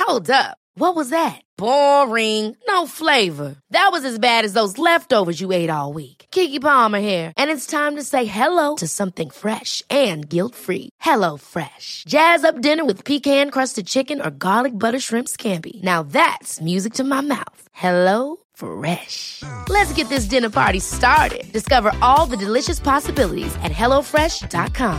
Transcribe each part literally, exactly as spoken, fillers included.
Hold up. What was that? Boring. No flavor. That was as bad as those leftovers you ate all week. Keke Palmer here, and it's time to say hello to something fresh and guilt-free. Hello Fresh. Jazz up dinner with pecan-crusted chicken or garlic butter shrimp scampi. Now that's music to my mouth. Hello Fresh. Let's get this dinner party started. Discover all the delicious possibilities at hello fresh dot com.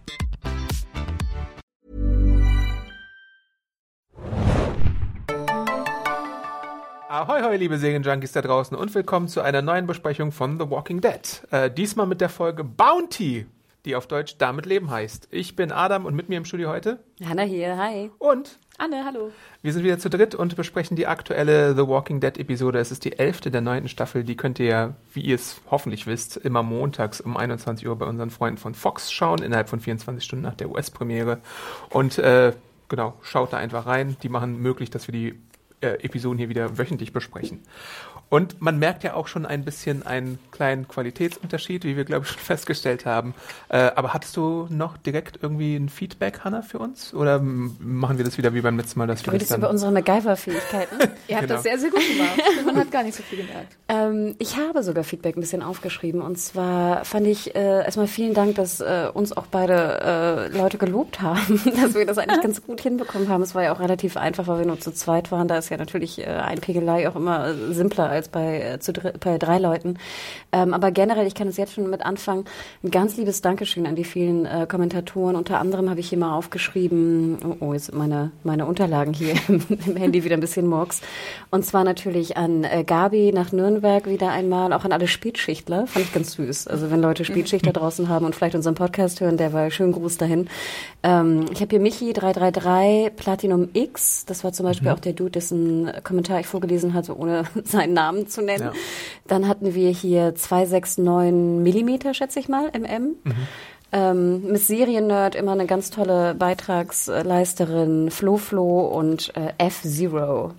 Ahoi, hoi, liebe Serienjunkies da draußen und willkommen zu einer neuen Besprechung von The Walking Dead. Äh, diesmal mit der Folge Bounty, die auf Deutsch Damit Leben heißt. Ich bin Adam und mit mir im Studio heute Hanna hier, hi. Und Anne, hallo. Wir sind wieder zu dritt und besprechen die aktuelle The Walking Dead Episode. Es ist die elfte der neunten Staffel. Die könnt ihr ja, wie ihr es hoffentlich wisst, immer montags um einundzwanzig Uhr bei unseren Freunden von Fox schauen, innerhalb von vierundzwanzig Stunden nach der U S-Premiere. Und äh, genau, schaut da einfach rein. Die machen möglich, dass wir die Äh, Episoden hier wieder wöchentlich besprechen. Und man merkt ja auch schon ein bisschen einen kleinen Qualitätsunterschied, wie wir, glaube ich, schon festgestellt haben. Äh, aber hattest du noch direkt irgendwie ein Feedback, Hanna, für uns? Oder m- machen wir das wieder wie beim letzten Mal? Dass du wir redest das dann über unsere MacGyver-Fähigkeiten. Ihr habt Genau. das sehr, sehr gut gemacht. Man hat gar nicht so viel gemerkt. ähm, ich habe sogar Feedback ein bisschen aufgeschrieben. Und zwar fand ich äh, erstmal vielen Dank, dass äh, uns auch beide äh, Leute gelobt haben, dass wir das eigentlich ganz gut hinbekommen haben. Es war ja auch relativ einfach, weil wir nur zu zweit waren. Da ist ja natürlich äh, Einpegelei auch immer äh, simpler als bei äh, zu dr- bei drei Leuten. Ähm, aber generell, ich kann es jetzt schon mit anfangen, ein ganz liebes Dankeschön an die vielen äh, Kommentatoren. Unter anderem habe ich hier mal aufgeschrieben, oh, oh jetzt sind meine, meine Unterlagen hier im, im Handy wieder ein bisschen Murks. Und zwar natürlich an äh, Gabi nach Nürnberg wieder einmal, auch an alle Spätschichtler. Fand ich ganz süß. Also wenn Leute Spätschicht da draußen haben und vielleicht unseren Podcast hören, der war schön Gruß dahin. Ähm, ich habe hier Michi drei drei drei Platinum X. Das war zum Beispiel mhm. auch der Dude, dessen Kommentar ich vorgelesen hatte, ohne seinen Namen zu nennen. Ja. Dann hatten wir hier zwei sechs neun Millimeter, schätze ich mal, mm. Mhm. Ähm, Miss Seriennerd, immer eine ganz tolle Beitragsleisterin, Flo Flo und äh, F-Zero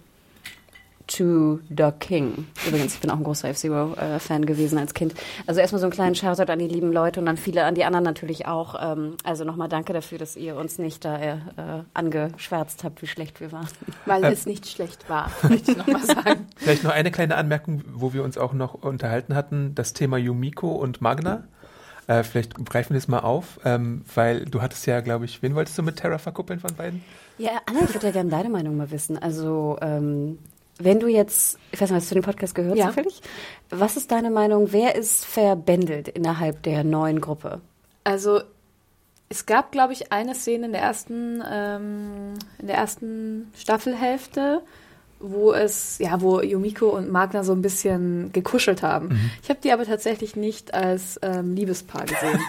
to the King. Übrigens, ich bin auch ein großer F-Zero-Fan äh, gewesen als Kind. Also erstmal so einen kleinen Shoutout an die lieben Leute und dann viele an die anderen natürlich auch. Ähm, also nochmal danke dafür, dass ihr uns nicht da äh, angeschwärzt habt, wie schlecht wir waren. Weil äh, es nicht schlecht war, möchte ich nochmal sagen. Vielleicht noch eine kleine Anmerkung, wo wir uns auch noch unterhalten hatten, das Thema Yumiko und Magna. Äh, vielleicht greifen wir das mal auf, ähm, weil du hattest ja, glaube ich, wen wolltest du mit Tara verkuppeln von beiden? Ja, Anna, ich würde ja gerne deine Meinung mal wissen. Also, ähm, wenn du jetzt, ich weiß nicht, hast du den Podcast gehört ja. zufällig? Was ist deine Meinung, wer ist verbändelt innerhalb der neuen Gruppe? Also, es gab, glaube ich, eine Szene in der ersten, ähm, in der ersten Staffelhälfte, wo es, ja, wo Yumiko und Magna so ein bisschen gekuschelt haben. Mhm. Ich habe die aber tatsächlich nicht als ähm, Liebespaar gesehen.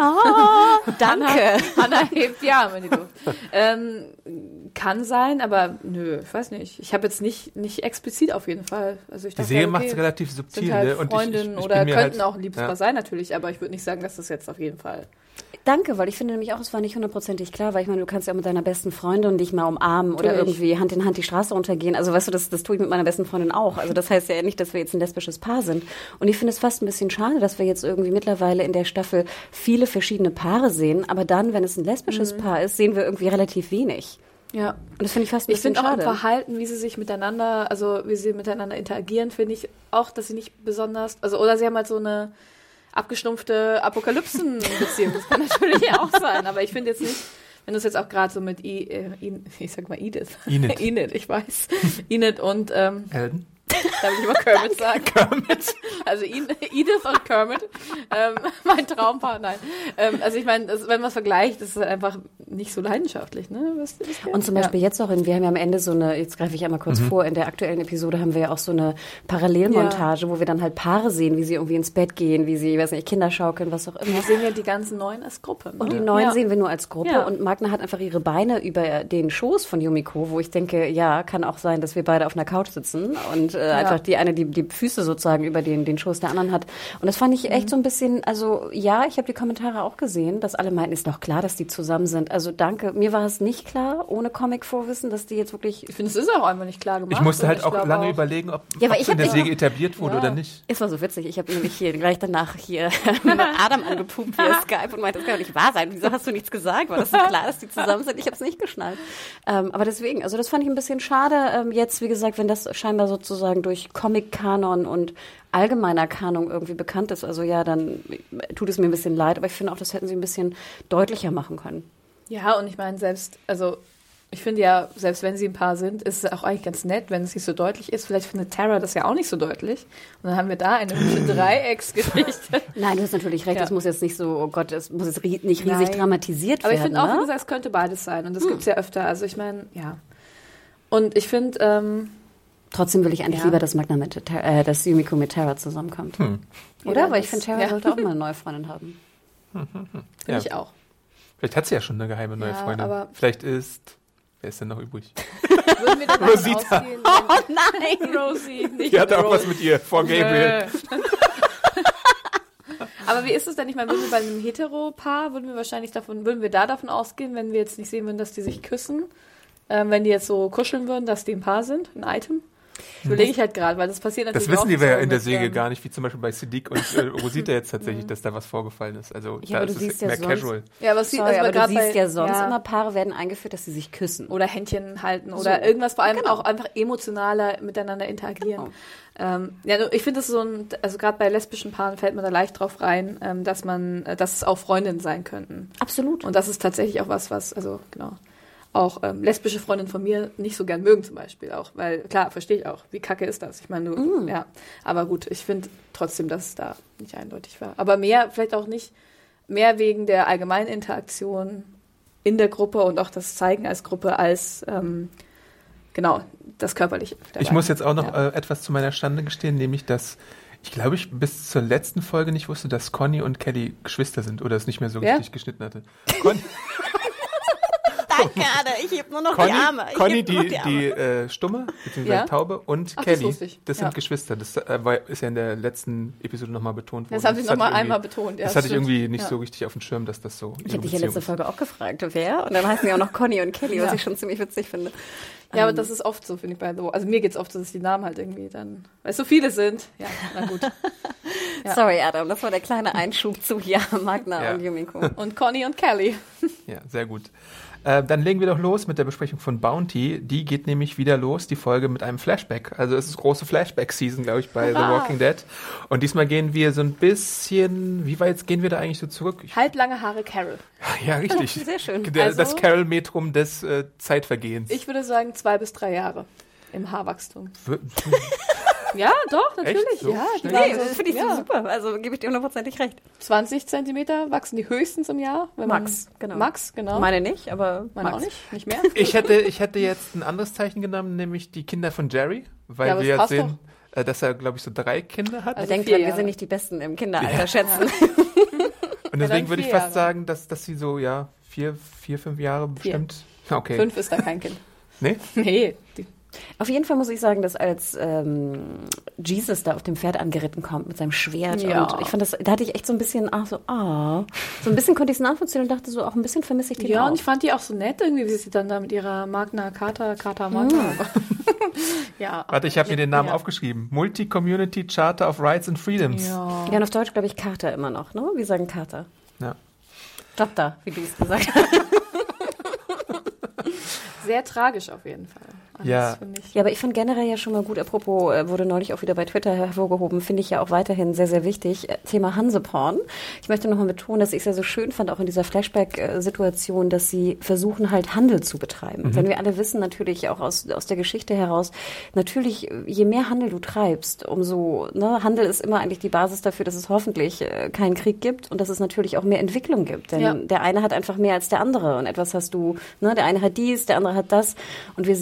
Ah, danke. Hanna, Hanna hebt die Arme in die Luft. Ähm, kann sein, aber nö, ich weiß nicht. Ich habe jetzt nicht, nicht explizit auf jeden Fall. Also ich die dachte, Serie okay, macht es relativ subtil. Sind halt ne? Und Freundinnen ich, ich, ich oder bin mir könnten halt, auch ein Liebespaar ja. sein natürlich, aber ich würde nicht sagen, dass das jetzt auf jeden Fall... Danke, weil ich finde nämlich auch, es war nicht hundertprozentig klar, weil ich meine, du kannst ja auch mit deiner besten Freundin dich mal umarmen oder Natürlich. irgendwie Hand in Hand die Straße runtergehen. Also weißt du, das, das tue ich mit meiner besten Freundin auch. Also das heißt ja nicht, dass wir jetzt ein lesbisches Paar sind. Und ich finde es fast ein bisschen schade, dass wir jetzt irgendwie mittlerweile in der Staffel viele verschiedene Paare sehen, aber dann, wenn es ein lesbisches mhm. Paar ist, sehen wir irgendwie relativ wenig. Ja. Und das finde ich fast ein ich bisschen schade. Ich finde auch im Verhalten, wie sie sich miteinander, also wie sie miteinander interagieren, finde ich auch, dass sie nicht besonders, also oder sie haben halt so eine abgestumpfte Apokalypsen-Beziehung. Das kann natürlich auch sein, aber ich finde jetzt nicht, wenn du es jetzt auch gerade so mit I, äh, I, ich sag mal Edith. Enid. Enid, ich weiß. Enid und ähm, Elden. Darf ich immer Kermit sagen? Kermit. Also Edith und Kermit. Ähm, mein Traumpaar, nein. Ähm, also ich meine, wenn man es vergleicht, ist es halt einfach nicht so leidenschaftlich. Ne? Was, was und zum Beispiel ja. jetzt auch, in, wir haben ja am Ende so eine, jetzt greife ich einmal kurz mhm. vor, in der aktuellen Episode haben wir ja auch so eine Parallelmontage, ja. wo wir dann halt Paare sehen, wie sie irgendwie ins Bett gehen, wie sie, ich weiß nicht, Kinder schaukeln, was auch immer. Wir sehen ja die ganzen Neuen als Gruppe. Ne? Und die Neuen ja. sehen wir nur als Gruppe ja. und Magna hat einfach ihre Beine über den Schoß von Yumiko, wo ich denke, ja, kann auch sein, dass wir beide auf einer Couch sitzen und äh, äh, Ja. einfach die eine, die die Füße sozusagen über den, den Schoß der anderen hat. Und das fand ich echt so ein bisschen, also ja, ich habe die Kommentare auch gesehen, dass alle meinten, ist doch klar, dass die zusammen sind. Also danke, mir war es nicht klar, ohne Comic-Vorwissen, dass die jetzt wirklich... Ich finde, es ist auch einfach nicht klar gemacht. Ich musste und halt ich auch glaub lange auch, überlegen, ob Ja, aber ob ich es in hab der echt- Serie etabliert wurde Ja. oder nicht. Es war so witzig, ich habe nämlich hier gleich danach hier mit Adam angepupt via Skype und meinte, das kann doch nicht wahr sein. Wieso hast du nichts gesagt? War das so klar, dass die zusammen sind? Ich habe es nicht geschnallt. Ähm, aber deswegen, also das fand ich ein bisschen schade. Ähm, jetzt, wie gesagt, wenn das scheinbar sozusagen durch Comic-Kanon und allgemeiner Kanon irgendwie bekannt ist, also ja, dann tut es mir ein bisschen leid. Aber ich finde auch, das hätten sie ein bisschen deutlicher machen können. Ja, und ich meine, selbst, also ich finde ja, selbst wenn sie ein Paar sind, ist es auch eigentlich ganz nett, wenn es nicht so deutlich ist. Vielleicht findet Tara das ja auch nicht so deutlich. Und dann haben wir da eine hübsche Dreiecksgeschichte. Nein, du hast natürlich recht, Ja. das muss jetzt nicht so, oh Gott, es muss jetzt ri- nicht riesig Nein. dramatisiert Aber ich werden. finde auch, wie ne? gesagt, es könnte beides sein. Und das gibt's ja öfter. Also ich meine, ja. Und ich finde, ähm, Trotzdem will ich eigentlich Ja. lieber, dass Magna mit Tara, äh, dass Yumiko mit Tara zusammenkommt. Hm. Oder? Ja, Weil ich das- finde, Tara ja. sollte auch mal eine neue Freundin haben. finde Ja. ich auch. Vielleicht hat sie ja schon eine geheime neue Ja, Freundin. aber- Vielleicht ist... Wer ist denn noch übrig? Würden wir davon Rosita. ausgehen, Oh nein! wenn Rosie nicht Die hatte auch Rose- was mit ihr vor Gabriel. Nö. Aber wie ist es denn? Ich meine, würden wir bei einem Hetero-Paar, würden wir wahrscheinlich davon, würden wir da davon ausgehen, wenn wir jetzt nicht sehen würden, dass die sich küssen, ähm, wenn die jetzt so kuscheln würden, dass die ein Paar sind, ein Item? Das überlege ich halt gerade, weil das passiert natürlich Das wissen auch die wir ja so in der mit, Serie ähm, gar nicht, wie zum Beispiel bei Siddiq und äh, Rosita jetzt tatsächlich, dass da was vorgefallen ist. Also Ja, da aber du ist siehst es ja mehr sonst- casual. Ja, aber, es sieht, Sorry, also aber du gerade siehst bei, ja sonst ja, immer, Paare werden eingeführt, dass sie sich küssen. oder Händchen halten oder So. irgendwas, vor allem Genau. auch einfach emotionaler miteinander interagieren. Genau. Ähm, ja, ich finde es so ein, also gerade bei lesbischen Paaren fällt man da leicht drauf rein, ähm, dass man, äh, dass es auch Freundinnen sein könnten. Absolut. Und das ist tatsächlich auch was, was, also genau, auch ähm, lesbische Freundinnen von mir nicht so gern mögen zum Beispiel auch, weil klar, verstehe ich auch, wie kacke ist das? Ich meine, du, Mm. ja, aber gut, ich finde trotzdem, dass es da nicht eindeutig war. Aber mehr, vielleicht auch nicht, mehr wegen der allgemeinen Interaktion in der Gruppe und auch das Zeigen als Gruppe als, ähm, genau, das Körperliche. dabei. Ich muss jetzt auch noch Ja. äh, etwas zu meiner Schande gestehen, nämlich, dass ich glaube, ich bis zur letzten Folge nicht wusste, dass Conny und Kelly Geschwister sind oder es nicht mehr so Wer? richtig geschnitten hatte. Con Danke, Anna, ich heb nur noch Conny, die Arme. Ich Conny heb nur die, die Arme. die äh, Stumme, beziehungsweise Ja? Taube und Ach, das Kelly, wusste ich. das Ja. sind Geschwister. Das äh, war, ist ja in der letzten Episode nochmal betont worden. Das haben sie hatte nochmal ich irgendwie- einmal betont. Ja, Das hatte ich stimmt. irgendwie nicht Ja. so richtig auf dem Schirm, dass das so Ich ihre habe dich ja Beziehung letzte ist. Folge auch gefragt, wer? Und dann heißen die auch noch Conny und Kelly, was Ja. ich schon ziemlich witzig finde. Ja, aber Ähm, das ist oft so, finde ich, bei so. Also mir geht's oft so, dass die Namen halt irgendwie dann, weil es so viele sind. Ja, na gut. Ja. Sorry, Adam, das war der kleine Einschub zu ja, Magna Ja. und Yumiko. Und Conny und Kelly. Ja, sehr gut. Äh, dann legen wir doch los mit der Besprechung von Bounty. Die geht nämlich wieder los, die Folge mit einem Flashback. Also es ist große Flashback-Season, glaube ich, bei The Hurra! Walking Dead. Und diesmal gehen wir so ein bisschen, wie weit gehen wir da eigentlich so zurück? Ich, Halblange Haare Carol. ja, richtig. Sehr schön. Der, Also- das Carol-Metrum des äh, Zeitvergehens. Ich würde sagen zwei bis drei Jahre im Haarwachstum. W- Ja, doch, natürlich. So Ja, die schnell? waren Nee, so- das finde ich ja. so super. Also gebe ich dir hundertprozentig recht. zwanzig Zentimeter wachsen die höchstens im Jahr. Wenn Max, man, genau. Max, genau. Meine nicht, aber Meine Max. auch nicht, nicht mehr. Ich hätte, ich hätte jetzt ein anderes Zeichen genommen, nämlich die Kinder von Jerry, weil Ja, aber wir es jetzt passt sehen, äh, dass er, glaube ich, so drei Kinder hat. Also Denk vier dran, wir Jahre. sind nicht die Besten im Kinderalter schätzen. Und deswegen dann würde ich vier fast Jahre. sagen, dass, dass sie so, ja, vier, vier, fünf Jahre bestimmt. Okay. Fünf ist da kein Kind. Nee? Nee. Die, Auf jeden Fall muss ich sagen, dass als ähm, Jesus da auf dem Pferd angeritten kommt mit seinem Schwert Ja. und ich fand das, da hatte ich echt so ein bisschen, ach so, ah, so ein bisschen konnte ich es nachvollziehen und dachte so, auch ein bisschen vermisse ich den ja, auch. und ich fand die auch so nett irgendwie, wie sie dann da mit ihrer Magna Carta, Carta Magna. ja. Warte, ich habe mir den Namen ja. aufgeschrieben. Multi-Community Charter of Rights and Freedoms. Ja. Ja, und auf Deutsch glaube ich Carter immer noch, ne? Wir sagen Carter. Ja. Chapter, wie du es gesagt hast. Sehr tragisch auf jeden Fall. Alles, Ja. finde ich. Ja, aber ich fand generell ja schon mal gut, apropos, äh, wurde neulich auch wieder bei Twitter hervorgehoben, finde ich ja auch weiterhin sehr, sehr wichtig, äh, Thema Hanseporn. Ich möchte nochmal betonen, dass ich es ja so schön fand, auch in dieser Flashback-Situation, dass sie versuchen halt Handel zu betreiben. Denn wir alle wissen natürlich auch aus, aus der Geschichte heraus, natürlich, äh, je mehr Handel du treibst, umso, ne, Handel ist immer eigentlich die Basis dafür, dass es hoffentlich äh, keinen Krieg gibt und dass es natürlich auch mehr Entwicklung gibt. Denn Ja. der eine hat einfach mehr als der andere und etwas hast du, ne, der eine hat dies, der andere hat das und wir sehen ja leider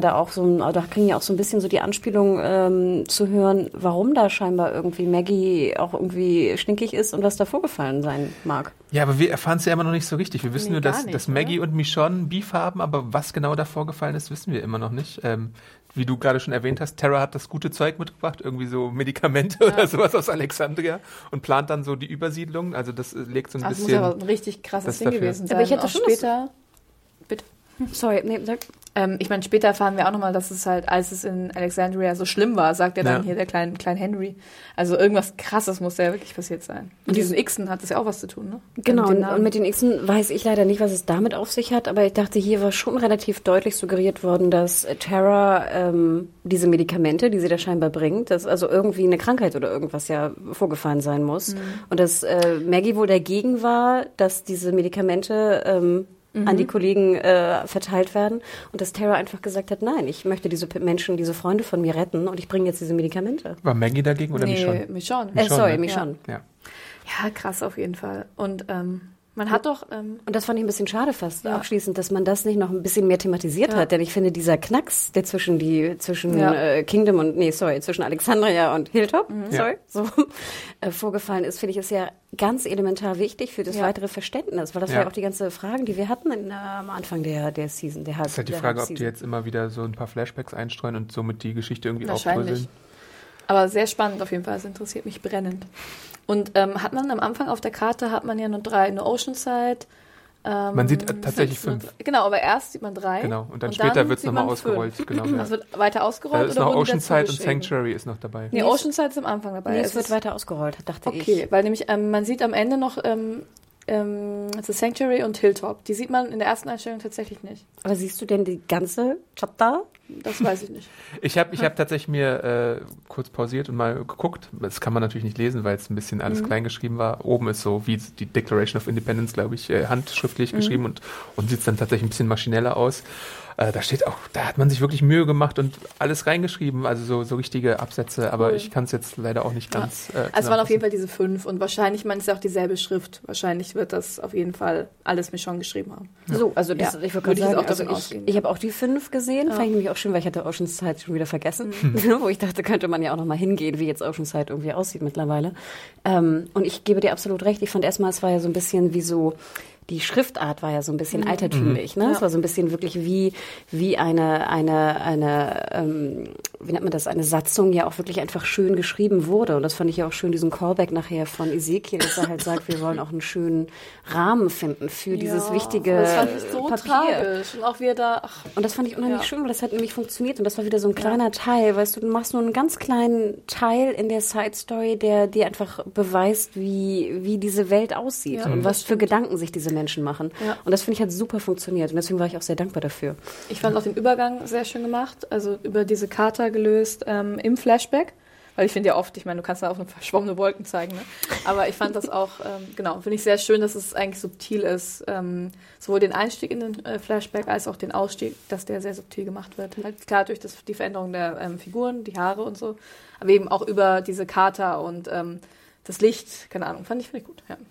da auch so, da kriegen ja auch so ein bisschen so die Anspielung ähm, zu hören, warum da scheinbar irgendwie Maggie auch irgendwie stinkig ist und was da vorgefallen sein mag. Ja, aber wir erfahren es ja immer noch nicht so richtig. Wir wissen Nee, nur, dass, gar nicht, dass Maggie oder? und Michonne Beef haben, aber was genau da vorgefallen ist, wissen wir immer noch nicht. Ähm, wie du gerade schon erwähnt hast, Tara hat das gute Zeug mitgebracht, irgendwie so Medikamente Ja. oder sowas aus Alexandria und plant dann so die Übersiedlung. Also das äh, legt so ein Das muss bisschen... aber ein richtig krasses das Ding dafür. gewesen sein. Aber ich hätte Auch schon das- später. Bitte. Sorry, nee, sag. Ähm, ich meine, später erfahren wir auch nochmal, dass es halt, als es in Alexandria so schlimm war, sagt er dann Ja. hier der kleine klein Henry. Also irgendwas Krasses muss da ja wirklich passiert sein. Und diesen Xen hat das ja auch was zu tun, ne? Genau, Mit den und, Namen. und mit den Xen weiß ich leider nicht, was es damit auf sich hat, aber ich dachte, hier war schon relativ deutlich suggeriert worden, dass äh, Tara ähm, diese Medikamente, die sie da scheinbar bringt, dass also irgendwie eine Krankheit oder irgendwas ja vorgefallen sein muss. Mhm. Und dass äh, Maggie wohl dagegen war, dass diese Medikamente ähm, Mhm. an die Kollegen äh, verteilt werden und dass Tara einfach gesagt hat, nein, ich möchte diese P- Menschen, diese Freunde von mir retten und ich bringe jetzt diese Medikamente. War Maggie dagegen oder nee, Michonne? Michonne. Äh, sorry, ne? Michonne. Ja. Ja, krass auf jeden Fall. Und ähm, man hat doch... Ähm, Und das fand ich ein bisschen schade fast Ja. abschließend, dass man das nicht noch ein bisschen mehr thematisiert Ja. hat. Denn ich finde, dieser Knacks, der zwischen die zwischen Ja. äh, Kingdom und, nee, sorry, zwischen Alexandria und Hilltop, Ja. sorry, so äh, vorgefallen ist, finde ich, ist ja ganz elementar wichtig für das Ja. weitere Verständnis. Weil das Ja. war ja auch die ganze Fragen, die wir hatten in, äh, am Anfang der, der Season. Der Das ist halt die der Frage, ob die Halbseason. jetzt immer wieder so ein paar Flashbacks einstreuen und somit die Geschichte irgendwie Wahrscheinlich. aufdröseln. Aber sehr spannend auf jeden Fall. Es interessiert mich brennend. Und ähm, hat man am Anfang auf der Karte, hat man ja nur drei. Eine Oceanside. Ähm, Man sieht tatsächlich fünf. fünf. Genau, aber erst sieht man drei. Genau, und dann später wird es sieht nochmal man ausgerollt. fünf. Genau, ja. Das wird weiter ausgerollt Da ist oder noch wurden die Oceanside und dazugeschrieben? Sanctuary ist noch dabei. Nee, Oceanside ist am Anfang dabei. Nee, Es es wird ist- weiter ausgerollt, dachte ich. Okay, weil nämlich ähm, man sieht am Ende noch ähm, ähm, The Sanctuary und Hilltop. Die sieht man in der ersten Einstellung tatsächlich nicht. Aber siehst du denn die ganze Chapter? Das weiß ich nicht. Ich habe ich hab tatsächlich mir äh, kurz pausiert und mal geguckt. Das kann man natürlich nicht lesen, weil es ein bisschen alles klein geschrieben war. Oben ist so wie die Declaration of Independence, glaube ich, äh, handschriftlich geschrieben und, und sieht dann tatsächlich ein bisschen maschineller aus. Äh, da steht auch, da hat man sich wirklich Mühe gemacht und alles reingeschrieben, also so, so richtige Absätze, aber Cool. ich kann es jetzt leider auch nicht Ja. ganz. Äh, Also es waren auf jeden zusammenfassen. Fall diese fünf und wahrscheinlich, man ist ja auch dieselbe Schrift. Wahrscheinlich wird das auf jeden Fall alles mit schon geschrieben haben. So, also das, Ja, ich wollte würde gerade ich jetzt sagen, auch also davon ich, ausgehen, ich ja. habe auch die fünf gesehen, Ja. fand ich nämlich auch schön, weil ich hatte Oceanside schon wieder vergessen, wo ich dachte, könnte man ja auch noch mal hingehen, wie jetzt Oceanside irgendwie aussieht mittlerweile. Ähm, und ich gebe dir absolut recht, ich fand erstmal, es war ja so ein bisschen wie so, die Schriftart war ja so ein bisschen altertümlich, ne? Ja. Es war so ein bisschen wirklich wie, wie eine, eine, eine, ähm, wie nennt man das, eine Satzung ja auch wirklich einfach schön geschrieben wurde. Und das fand ich ja auch schön, diesen Callback nachher von Ezekiel, dass er halt sagt, wir wollen auch einen schönen Rahmen finden für dieses Ja, wichtige das fand ich so Papier. tragisch. Und auch wie er da, ach, Und das fand ich unheimlich Ja. schön, weil das hat nämlich funktioniert. Und das war wieder so ein kleiner Teil. Weißt du, du machst nur einen ganz kleinen Teil in der Side-Story, der dir einfach beweist, wie, wie diese Welt aussieht Ja, und das was für stimmt. Gedanken sich diese Menschen machen. Ja. Und das finde ich hat super funktioniert. Und deswegen war ich auch sehr dankbar dafür. ich fand auch den Übergang sehr schön gemacht. Also über diese Karte gelöst ähm, im Flashback. Weil ich finde ja oft, ich meine, du kannst da auch eine verschwommene Wolken zeigen, ne? Aber ich fand das auch, ähm, genau, finde ich sehr schön, dass es eigentlich subtil ist. Ähm, sowohl den Einstieg in den äh, Flashback als auch den Ausstieg, dass der sehr subtil gemacht wird. Halt klar durch das, die Veränderung der ähm, Figuren, die Haare und so. Aber eben auch über diese Karte und ähm, das Licht, keine Ahnung, fand ich, finde ich gut, ja.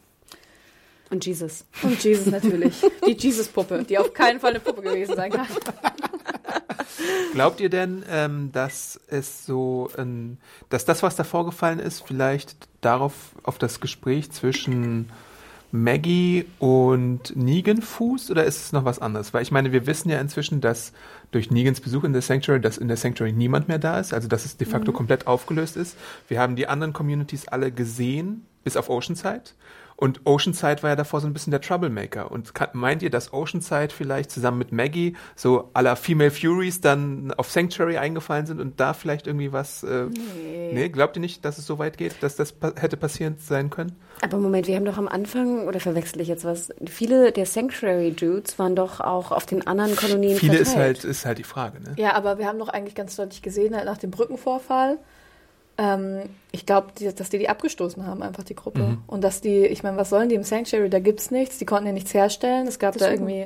Und Jesus. Und Jesus natürlich. Die Jesus-Puppe, die auf keinen Fall eine Puppe gewesen sein kann. Glaubt ihr denn, ähm, dass es so, ein, dass das, was da vorgefallen ist, vielleicht darauf auf das Gespräch zwischen Maggie und Negan fußt oder ist es noch was anderes? Weil ich meine, wir wissen ja inzwischen, dass durch Negans Besuch in der Sanctuary, dass in der Sanctuary niemand mehr da ist, also dass es de facto Mhm. komplett aufgelöst ist. Wir haben die anderen Communities alle gesehen, bis auf Oceanside. Und Oceanside war ja davor so ein bisschen der Troublemaker. Und kann, meint ihr, dass Oceanside vielleicht zusammen mit Maggie so à la Female Furies dann auf Sanctuary eingefallen sind und da vielleicht irgendwie was... Äh, Nee. nee, glaubt ihr nicht, dass es so weit geht, dass das pa- hätte passieren sein können? Aber Moment, wir haben doch am Anfang, oder verwechsel ich jetzt was, viele der Sanctuary-Dudes waren doch auch auf den anderen Kolonien Viele ist verteilt. halt, ist halt die Frage, ne? Ja, aber wir haben doch eigentlich ganz deutlich gesehen, halt nach dem Brückenvorfall, ähm, ich glaube, die, dass die die abgestoßen haben, einfach die Gruppe. Mhm. Und dass die, ich meine, was sollen die im Sanctuary? Da gibt's nichts, die konnten ja nichts herstellen. Es gab Das da stimmt. irgendwie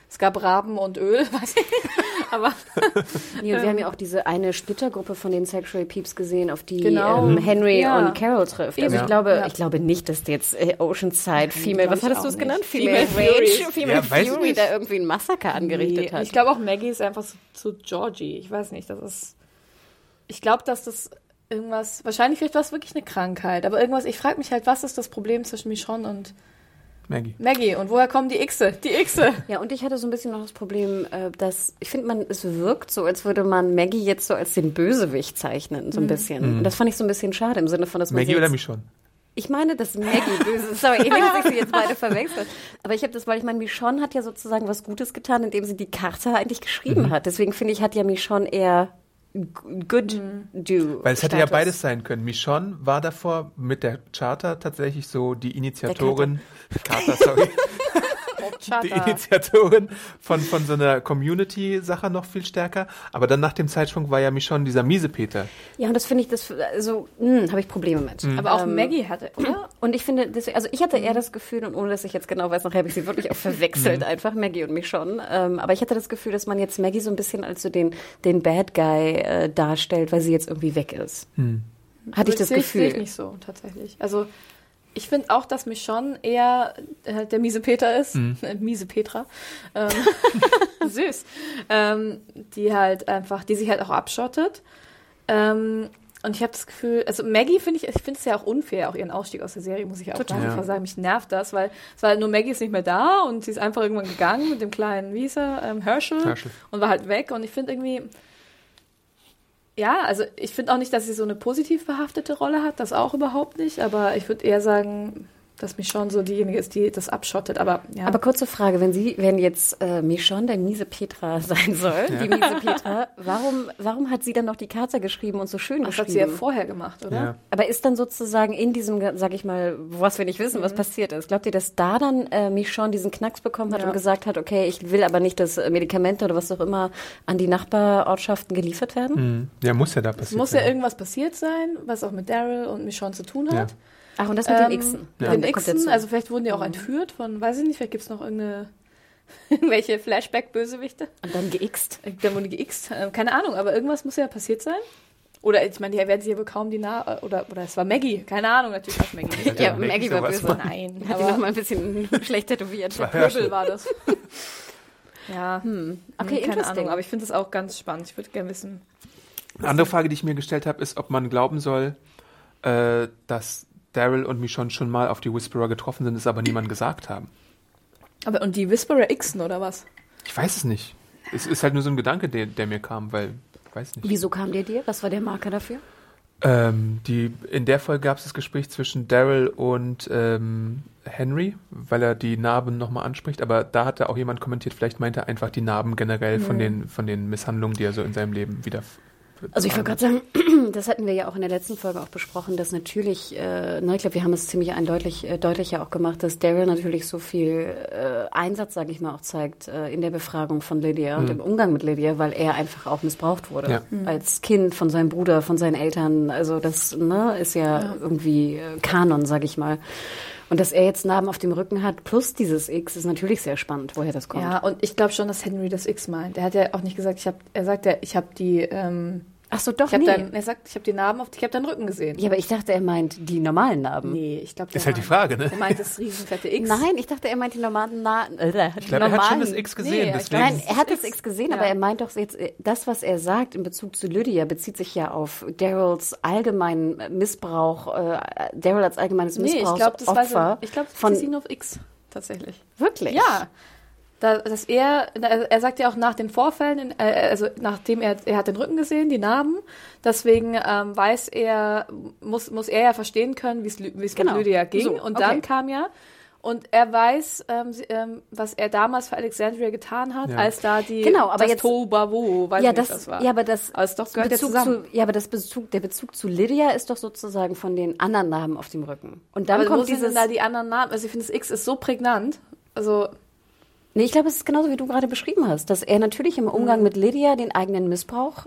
Es gab Raben und Öl, weiß ich nicht. Aber nee, und wir haben ja auch diese eine Splittergruppe von den Sexual Peeps gesehen, auf die Genau. ähm, Henry Ja. und Carol trifft. Also Ja. ich glaube, Ja. ich glaube nicht, dass jetzt äh, Oceanside Female, glaub was ich hattest auch du es nicht. genannt? Female Rage, Fury. Female Ja, weiß ich Fury, nicht. da irgendwie ein Massaker angerichtet Nee, hat. ich glaube auch Maggie ist einfach zu, zu Georgie. Ich weiß nicht, das ist. Ich glaube, dass das irgendwas. Wahrscheinlich vielleicht war es wirklich eine Krankheit, aber irgendwas. Ich frage mich halt, was ist das Problem zwischen Michonne und Maggie. Maggie und woher kommen die Xe? Die Xe. Ja, und ich hatte so ein bisschen noch das Problem, äh, dass ich finde, man es wirkt so, als würde man Maggie jetzt so als den Bösewicht zeichnen, so ein bisschen. Und das fand ich so ein bisschen schade im Sinne von, dass man Maggie sie oder jetzt, Michonne? Ich meine, dass Maggie böse ist. Sorry, ich dass ich sie jetzt beide verwechselt. Aber ich habe das, weil ich meine, Michonne hat ja sozusagen was Gutes getan, indem sie die Charta eigentlich geschrieben Mhm. hat. Deswegen finde ich, hat ja Michonne eher g- good do. Weil es hätte ja Status. beides sein können. Michonne war davor mit der Charta tatsächlich so die Initiatorin. Charta, sorry. Die Initiatorin von, von so einer Community-Sache noch viel stärker. Aber dann nach dem Zeitsprung war ja Michonne dieser Miesepeter. Ja, und das finde ich, das, also, hm, habe ich Probleme mit. Aber auch Ähm, Maggie hatte, oder? Und ich finde, deswegen, also ich hatte eher das Gefühl, und ohne dass ich jetzt genau weiß, nachher habe ich sie wirklich auch verwechselt, einfach Maggie und Michonne. Ähm, aber ich hatte das Gefühl, dass man jetzt Maggie so ein bisschen als so den, den Bad Guy äh, darstellt, weil sie jetzt irgendwie weg ist. Hatte ich das Sehe ich- Gefühl. Sehe ich nicht so, tatsächlich. Also, ich finde auch, dass Michonne eher äh, der miese Peter ist. Äh, miese Petra. Ähm, süß. Ähm, die halt einfach, die sich halt auch abschottet. Ähm, und ich habe das Gefühl, also Maggie finde ich, ich finde es ja auch unfair, auch ihren Ausstieg aus der Serie, muss ich auch Total. einfach Ja. sagen. Mich nervt das, weil es war halt nur Maggie ist nicht mehr da und sie ist einfach irgendwann gegangen mit dem kleinen, wie hieß er, ähm, Herschel, Herschel. und war halt weg. Und ich finde irgendwie, ja, also ich finde auch nicht, dass sie so eine positiv behaftete Rolle hat, das auch überhaupt nicht, aber ich würde eher sagen, dass Michonne so diejenige ist, die das abschottet, aber ja. Aber kurze Frage, wenn sie, wenn jetzt äh, Michonne der miese Petra sein soll, die miese Petra, warum, warum hat sie dann noch die Karte geschrieben und so schön das hat geschrieben? sie ja vorher gemacht, oder? Ja. Aber ist dann sozusagen in diesem, sag ich mal, was wir nicht wissen, was passiert ist, glaubt ihr, dass da dann äh, Michonne diesen Knacks bekommen hat Ja. und gesagt hat, okay, ich will aber nicht, dass äh, Medikamente oder was auch immer an die Nachbarortschaften geliefert werden? Mhm. Ja, muss ja da Es passieren. muss ja irgendwas passiert sein, was auch mit Daryl und Michonne zu tun hat. Ja. Ach, und das mit den Xen. Mit Dann den kommt Xen, dazu. also vielleicht wurden die auch entführt von, weiß ich nicht, vielleicht gibt es noch irgendeine, irgendwelche Flashback-Bösewichte. Und dann geixt. Da wurden die geixt, äh, keine Ahnung, aber irgendwas muss ja passiert sein. Oder ich meine, die werden sich ja wohl kaum die Na oder oder es war Maggie, keine Ahnung, natürlich war es Maggie nicht. Ja, Maggie Maggie war sowas böse. von- Nein, Hat die noch aber mal ein bisschen schlecht tätowiert. war Herschel. Pöbel war das. Ja, hm. Okay, keine interesting. Ahnung, aber ich finde das auch ganz spannend. Ich würde gerne wissen. Eine andere Frage, die ich mir gestellt habe, ist, ob man glauben soll, äh, dass Daryl und Michonne schon mal auf die Whisperer getroffen sind, es aber niemand gesagt haben. Aber und die Whisperer Xen oder was? Ich weiß es nicht. Es ist halt nur so ein Gedanke, der, der mir kam, weil, ich weiß nicht. Wieso kam der dir? Was war der Marker dafür? Ähm, die, in der Folge gab es das Gespräch zwischen Daryl und ähm, Henry, weil er die Narben nochmal anspricht, aber da hatte auch jemand kommentiert, vielleicht meint er einfach die Narben generell von den, von den Misshandlungen, die er so in seinem Leben wieder. Also ich wollte gerade sagen, das hatten wir ja auch in der letzten Folge auch besprochen, dass natürlich, äh, na, ich glaube, wir haben es ziemlich eindeutig äh, deutlicher auch gemacht, dass Daryl natürlich so viel äh, Einsatz, sage ich mal, auch zeigt äh, in der Befragung von Lydia und im Umgang mit Lydia, weil er einfach auch missbraucht wurde. Ja. Als Kind von seinem Bruder, von seinen Eltern. Also das ne, ist ja, ja. irgendwie äh, Kanon, sage ich mal. Und dass er jetzt Narben auf dem Rücken hat, plus dieses X, ist natürlich sehr spannend, woher das kommt. Ja, und ich glaube schon, dass Henry das X meint. Er hat ja auch nicht gesagt, ich habe, er sagt ja, ich habe die, ähm, Ach so, doch, ich hab nee. dann, er sagt, ich habe die Narben auf, ich habe deinen Rücken gesehen. Ja, aber ich dachte, er meint die normalen Narben. Nee, ich glaube, Ist halt die Frage, ne? Er meint das riesenfette X. Nein, ich dachte, er meint die normalen Narben. Äh, Ich glaube, er hat schon das X gesehen, Nee, ich deswegen. Nein, er hat das X gesehen, Ja. aber er meint doch jetzt, das, was er sagt in Bezug zu Lydia, bezieht sich ja auf Daryls allgemeinen Missbrauch, äh, Daryl als allgemeines Nee, ich glaube, Missbrauchsopfer. das war so, ich glaube, das von bezieht sich nur auf X, tatsächlich. Wirklich? Ja. Da, dass er, er sagt ja auch nach den Vorfällen, äh, also nachdem er, er hat den Rücken gesehen, die Narben, deswegen ähm, weiß er, muss, muss er ja verstehen können, wie es Genau. mit Lydia ging. So, und okay. dann kam ja, und er weiß, ähm, sie- ähm, was er damals für Alexandria getan hat, Ja. als da die, Genau, aber das jetzt- Tohuwabohu, weiß Ja, nicht, das, was das war. ja, aber das, Aber es doch gehört ja Bezug zusammen. zu, ja, aber das Bezug, der Bezug zu Lydia ist doch sozusagen von den anderen Narben auf dem Rücken. Und dann aber wo kommt sind dieses, denn da die anderen Namen? Also ich finde, das X ist so prägnant. Also, nee, ich glaube, es ist genauso, wie du gerade beschrieben hast, dass er natürlich im Umgang mit Lydia den eigenen Missbrauch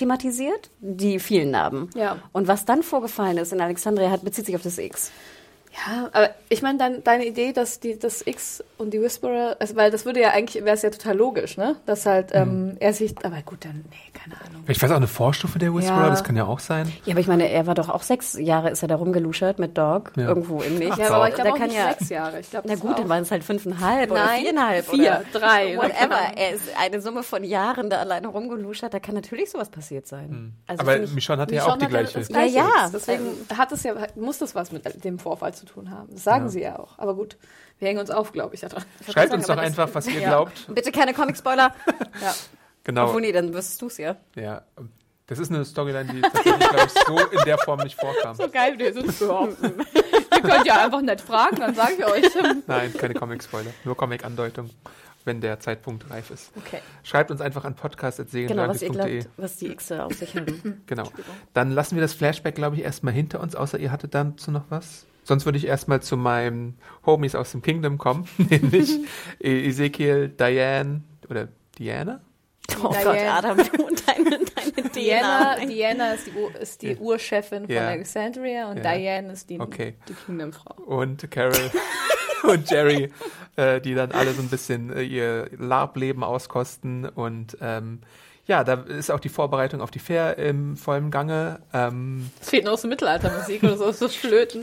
thematisiert, die vielen Narben. Ja. Und was dann vorgefallen ist in Alexandria, hat, bezieht sich auf das X. Ja, aber ich meine, dein, deine Idee, dass die, das X und die Whisperer, also, weil das würde ja eigentlich, wäre es ja total logisch, ne? Dass halt ähm, mhm. er sich, aber gut, dann, nee, keine Ahnung. Ich weiß auch, eine Vorstufe der Whisperer, ja. das kann ja auch sein. Ja, aber ich meine, er war doch auch sechs Jahre, ist er da rumgeluschert mit Dog, ja. irgendwo im Nicht. Ja, aber ich glaube auch nicht ja, sechs Jahre. Ich glaub, na gut, dann waren es halt fünfeinhalb oder Nein, viereinhalb. Vier, oder drei. Whatever. Er ist eine Summe von Jahren da alleine rumgeluschert, da kann natürlich sowas passiert sein. Mhm. Also aber Michonne hatte ja auch die gleiche. Ja, ja. Deswegen hat es ja, muss das was mit dem Vorfall zu tun haben. Das sagen ja. sie ja auch. Aber gut, wir hängen uns auf, glaube ich, daran. Schreibt uns doch einfach, was ihr glaubt. Bitte keine Comic-Spoiler. ja. Genau. Obwohl, nee, dann wüsstest du es ja. Ja, das ist eine Storyline, die tatsächlich, glaube ich, so in der Form nicht vorkam. So geil, wir sind so. Ihr könnt ja einfach nett fragen, dann sage ich euch. Nein, keine Comic-Spoiler, nur Comic-Andeutung, wenn der Zeitpunkt reif ist. Okay. Schreibt uns einfach an podcast punkt serienjunkies punkt de. Genau, was ihr glaubt, was die Xe auf sich haben. Genau. Dann lassen wir das Flashback, glaube ich, erstmal hinter uns, außer ihr hattet dazu noch was. Sonst würde ich erstmal zu meinen Homies aus dem Kingdom kommen, nämlich Ezekiel, Diane oder Diana? Oh Diane. Gott, Adam, du und deine, deine Diana. Diana ist die, ist die ja. Urchefin von ja. Alexandria und ja. Diane ist die, okay. die Kingdom-Frau. Und Carol und Jerry, äh, die dann alle so ein bisschen äh, ihr Lab-Leben auskosten und ähm, ja, da ist auch die Vorbereitung auf die Fair im vollen Gange. Ähm es fehlt noch so Mittelaltermusik oder so, so Flöten.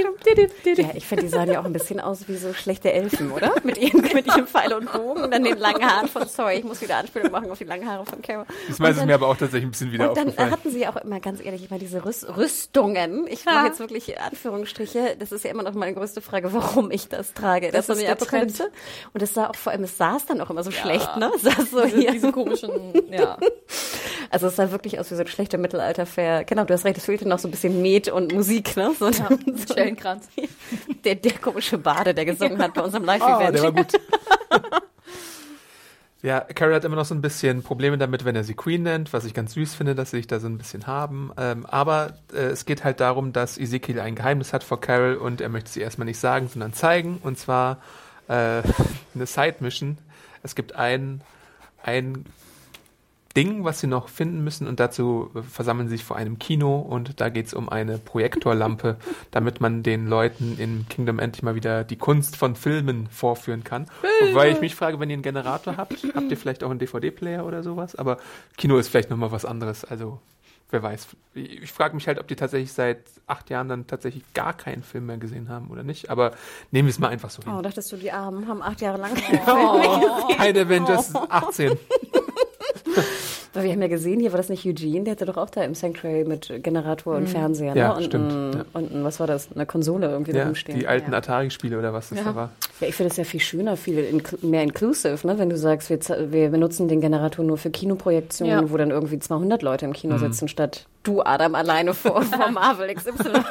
Ja, ich finde, die sahen ja auch ein bisschen aus wie so schlechte Elfen, oder? Mit ihrem, mit ihrem Pfeil und Bogen und dann den langen Haaren von, sorry, ich muss wieder Anspielung machen auf die langen Haare von Carol. Diesmal ist es mir aber auch tatsächlich ein bisschen wieder und dann aufgefallen. hatten sie ja auch immer, ganz ehrlich, immer diese Rüst, Rüstungen. Ich mache jetzt wirklich Anführungsstriche. Das ist ja immer noch meine größte Frage, warum ich das trage. Das, das ist eine Apokalypse. Und es sah auch vor allem, es saß dann auch immer so ja. schlecht, ne? Es saß so diese, hier. Diese komischen, ja. Also es sah wirklich aus wie so ein schlechter Mittelalter-Fair. Genau, du hast recht, es fehlte noch so ein bisschen Met und Musik, ne? So, ja, so Schellenkranz. Der, der komische Bade, der gesungen hat bei unserem Live-Event. Oh, der war gut. Ja, Carol hat immer noch so ein bisschen Probleme damit, wenn er sie Queen nennt, was ich ganz süß finde, dass sie sich da so ein bisschen haben. Ähm, aber äh, es geht halt darum, dass Ezekiel ein Geheimnis hat vor Carol und er möchte sie erstmal nicht sagen, sondern zeigen. Und zwar äh, eine Side-Mission. Es gibt ein, ein Ding, was sie noch finden müssen und dazu versammeln sie sich vor einem Kino und da geht es um eine Projektorlampe, damit man den Leuten in Kingdom endlich mal wieder die Kunst von Filmen vorführen kann. Wobei ich mich frage, wenn ihr einen Generator habt, habt ihr vielleicht auch einen D V D-Player oder sowas, aber Kino ist vielleicht nochmal was anderes, also wer weiß. Ich frage mich halt, ob die tatsächlich seit acht Jahren dann tatsächlich gar keinen Film mehr gesehen haben oder nicht, aber nehmen wir es mal einfach so hin. Oh, dachtest du, die Armen haben acht Jahre lang oh, kein Avengers achtzehn. Weil wir haben ja gesehen, hier war das nicht Eugene, der hatte doch auch da im Sanctuary mit Generator und mhm. Fernseher, ja, ne? Und, stimmt, ein, ja. und ein, was war das, eine Konsole irgendwie ja, da rumstehen. Die alten ja. Atari-Spiele oder was das ja. da war. Ja, ich finde es ja viel schöner, viel inkl- mehr inclusive, ne? Wenn du sagst, wir, wir benutzen den Generator nur für Kinoprojektionen, ja. wo dann irgendwie zweihundert Leute im Kino mhm. sitzen, statt du, Adam, alleine vor, vor Marvel X Y.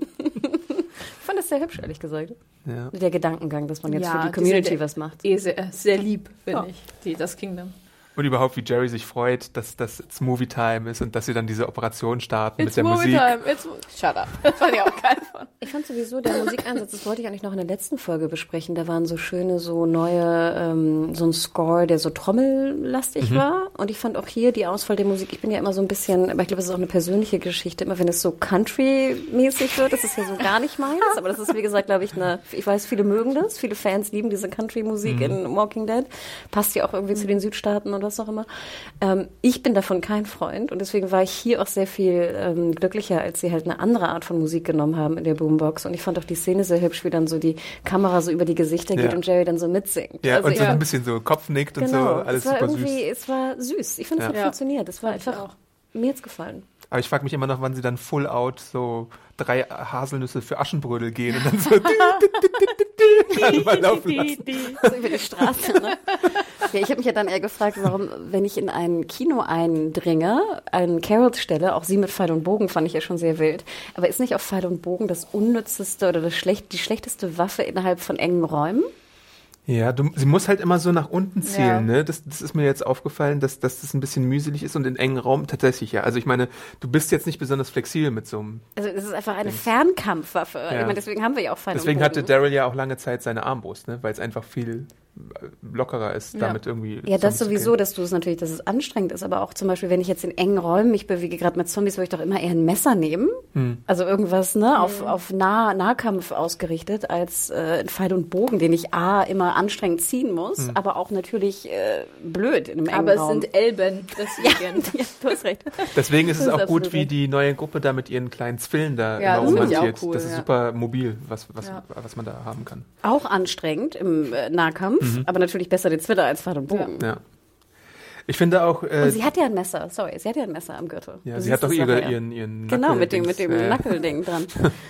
Ich fand das sehr hübsch, ehrlich gesagt. Ja. Der Gedankengang, dass man jetzt ja, für die Community die was macht. Eh sehr, sehr lieb, finde ja. ich, die, das Kingdom. Und überhaupt, wie Jerry sich freut, dass das It's Movie Time ist und dass sie dann diese Operation starten It's mit der Movie Musik. Time. It's Shut up. Das fand ich auch geil von. Ich fand sowieso, der Musikeinsatz, das wollte ich eigentlich noch in der letzten Folge besprechen, da waren so schöne, so neue, ähm, so ein Score, der so trommellastig mhm. war. Und ich fand auch hier die Auswahl der Musik, ich bin ja immer so ein bisschen, aber ich glaube, es ist auch eine persönliche Geschichte, immer wenn es so Country-mäßig wird, das ist ja so gar nicht meins. Aber das ist, wie gesagt, glaube ich, eine, ich weiß, viele mögen das, viele Fans lieben diese Country-Musik mhm. in Walking Dead. Passt ja auch irgendwie mhm. zu den Südstaaten und was auch immer. Ähm, ich bin davon kein Freund und deswegen war ich hier auch sehr viel ähm, glücklicher, als sie halt eine andere Art von Musik genommen haben in der Boombox. Und ich fand auch die Szene sehr hübsch, wie dann so die Kamera so über die Gesichter geht ja. und Jerry dann so mitsingt. Ja, also und so ja. ein bisschen so Kopf nickt genau. und so, alles es war super irgendwie, süß. Es war süß. Ich finde, es ja. hat ja. funktioniert. Es war fand einfach, mir jetzt gefallen. Aber ich frage mich immer noch, wann sie dann full out so drei Haselnüsse für Aschenbrödel gehen und dann so mal laufen lassen. So über die Straße, ne? Ja, ich habe mich ja dann eher gefragt, warum, wenn ich in ein Kino eindringe, an Carols Stelle, auch sie mit Pfeil und Bogen fand ich ja schon sehr wild, aber ist nicht auf Pfeil und Bogen das unnützeste oder das schlecht, die schlechteste Waffe innerhalb von engen Räumen? Ja, du, sie muss halt immer so nach unten zielen, ja. ne? Das, das ist mir jetzt aufgefallen, dass, dass das ein bisschen mühselig ist und in engen Raum tatsächlich, ja. Also ich meine, du bist jetzt nicht besonders flexibel mit so einem... Also es ist einfach eine Dings. Fernkampfwaffe. Ja. Ich meine, deswegen haben wir ja auch Pfeil Deswegen und Bogen. hatte Daryl ja auch lange Zeit seine Armbrust, ne? Weil es einfach viel lockerer ist, Ja. damit irgendwie Ja, das Zombies zu sowieso, killen. dass du es natürlich, dass es anstrengend ist, aber auch zum Beispiel, wenn ich jetzt in engen Räumen mich bewege, gerade mit Zombies, würde ich doch immer eher ein Messer nehmen. Hm. Also irgendwas, ne, auf, auf nah, Nahkampf ausgerichtet, als äh, ein Pfeil und Bogen, den ich A, immer anstrengend ziehen muss, Hm. aber auch natürlich äh, blöd in einem engen Aber es Raum. sind Elben, deswegen. ja, du hast recht. Deswegen ist es Das ist auch gut, absolut wie recht. die neue Gruppe da mit ihren kleinen Zwillen da Ja, immer das finde ich auch rumhantiert. cool, das ist ja. super mobil, was, was, Ja. was man da haben kann. Auch anstrengend im äh, Nahkampf, Mhm. aber natürlich besser den Zwiller als Pfeil und Bogen. Ja. Ich finde auch, äh, Und sie hat ja ein Messer, sorry, sie hat ja ein Messer am Gürtel. ja, Du sie siehst hat doch das ihre, ja. ihren, ihren Genau, mit dem, mit Nackeldings, dem äh, Nackelding dran.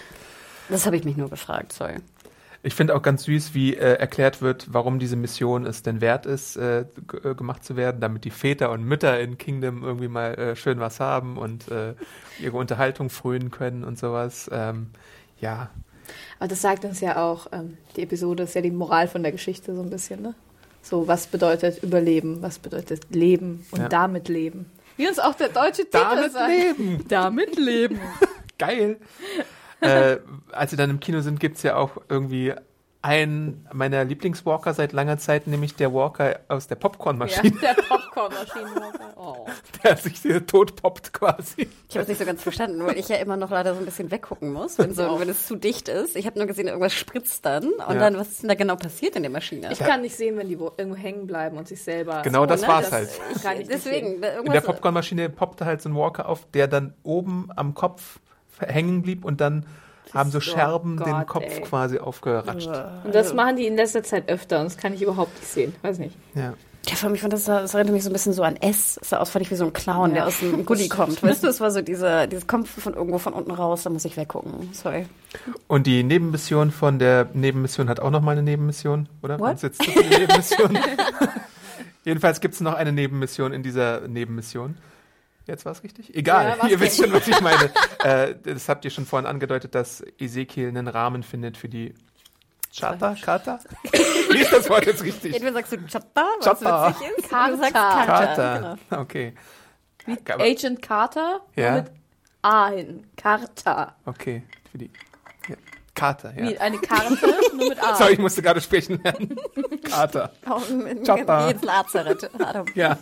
Das habe ich mich nur gefragt, sorry. Ich finde auch ganz süß, wie äh, erklärt wird, warum diese Mission es denn wert ist, äh, g- äh, gemacht zu werden, damit die Väter und Mütter in Kingdom irgendwie mal äh, schön was haben und äh, ihre Unterhaltung frönen können und sowas. Ähm, ja, Aber das sagt uns ja auch, ähm, die Episode ist ja die Moral von der Geschichte so ein bisschen, ne? So, was bedeutet Überleben, was bedeutet Leben und Ja. damit leben. Wie uns auch der deutsche Titel damit sagt. leben! Damit leben. Geil! äh, als sie dann im Kino sind, gibt's ja auch irgendwie einen meiner Lieblingswalker seit langer Zeit, nämlich der Walker aus der Ja, Popcornmaschine, der Popcorn-Maschinenwalker. Oh. der sich hier tot poppt quasi. Ich habe es nicht so ganz verstanden, weil ich ja immer noch leider so ein bisschen weggucken muss, wenn, so, wenn es zu dicht ist. Ich habe nur gesehen, irgendwas spritzt dann. Und Ja. dann, was ist denn da genau passiert in der Maschine? Ich kann nicht sehen, wenn die wo irgendwo hängen bleiben und sich selber... Genau das ne, war's das- halt. Ich, Kann ich nicht deswegen, sehen. da In irgendwas, der Popcornmaschine poppte halt so ein Walker auf, der dann oben am Kopf hängen blieb und dann haben so oh Scherben Gott, den Kopf ey. quasi aufgeratscht. Und das machen die in letzter Zeit öfter und das kann ich überhaupt nicht sehen. Weiß nicht. Ja. Ja, für mich, das, das erinnert mich so ein bisschen so an S. Es sah aus völlig wie so ein Clown, Ja. der aus dem Gully kommt. Weißt du, es war so diese, dieses kommt von irgendwo von unten raus, da muss ich weggucken. Sorry. Und die Nebenmission von der Nebenmission hat auch noch mal eine Nebenmission, oder? What? Wenn's jetzt zu viele Nebenmissionen. Jedenfalls gibt es noch eine Nebenmission in dieser Nebenmission. Jetzt war es richtig? Egal, Ja, war's ihr wisst schon, was ich meine. äh, das habt ihr schon vorhin angedeutet, dass Ezekiel einen Rahmen findet für die Chata? Kata? Wie ist das Wort jetzt richtig? Entweder sagst du Chata, was Chata. witzig ist, Karta. oder du sagst Karta. Kata. Genau. Okay. Aber- Agent Carter Ja. nur mit A hin. Carta. Okay, für die ja. Kata, ja. Wie eine Karte, nur mit A. Sorry, ich musste gerade sprechen lernen. Kata. Chata. Geh ins Lazarett. Adam. Ja.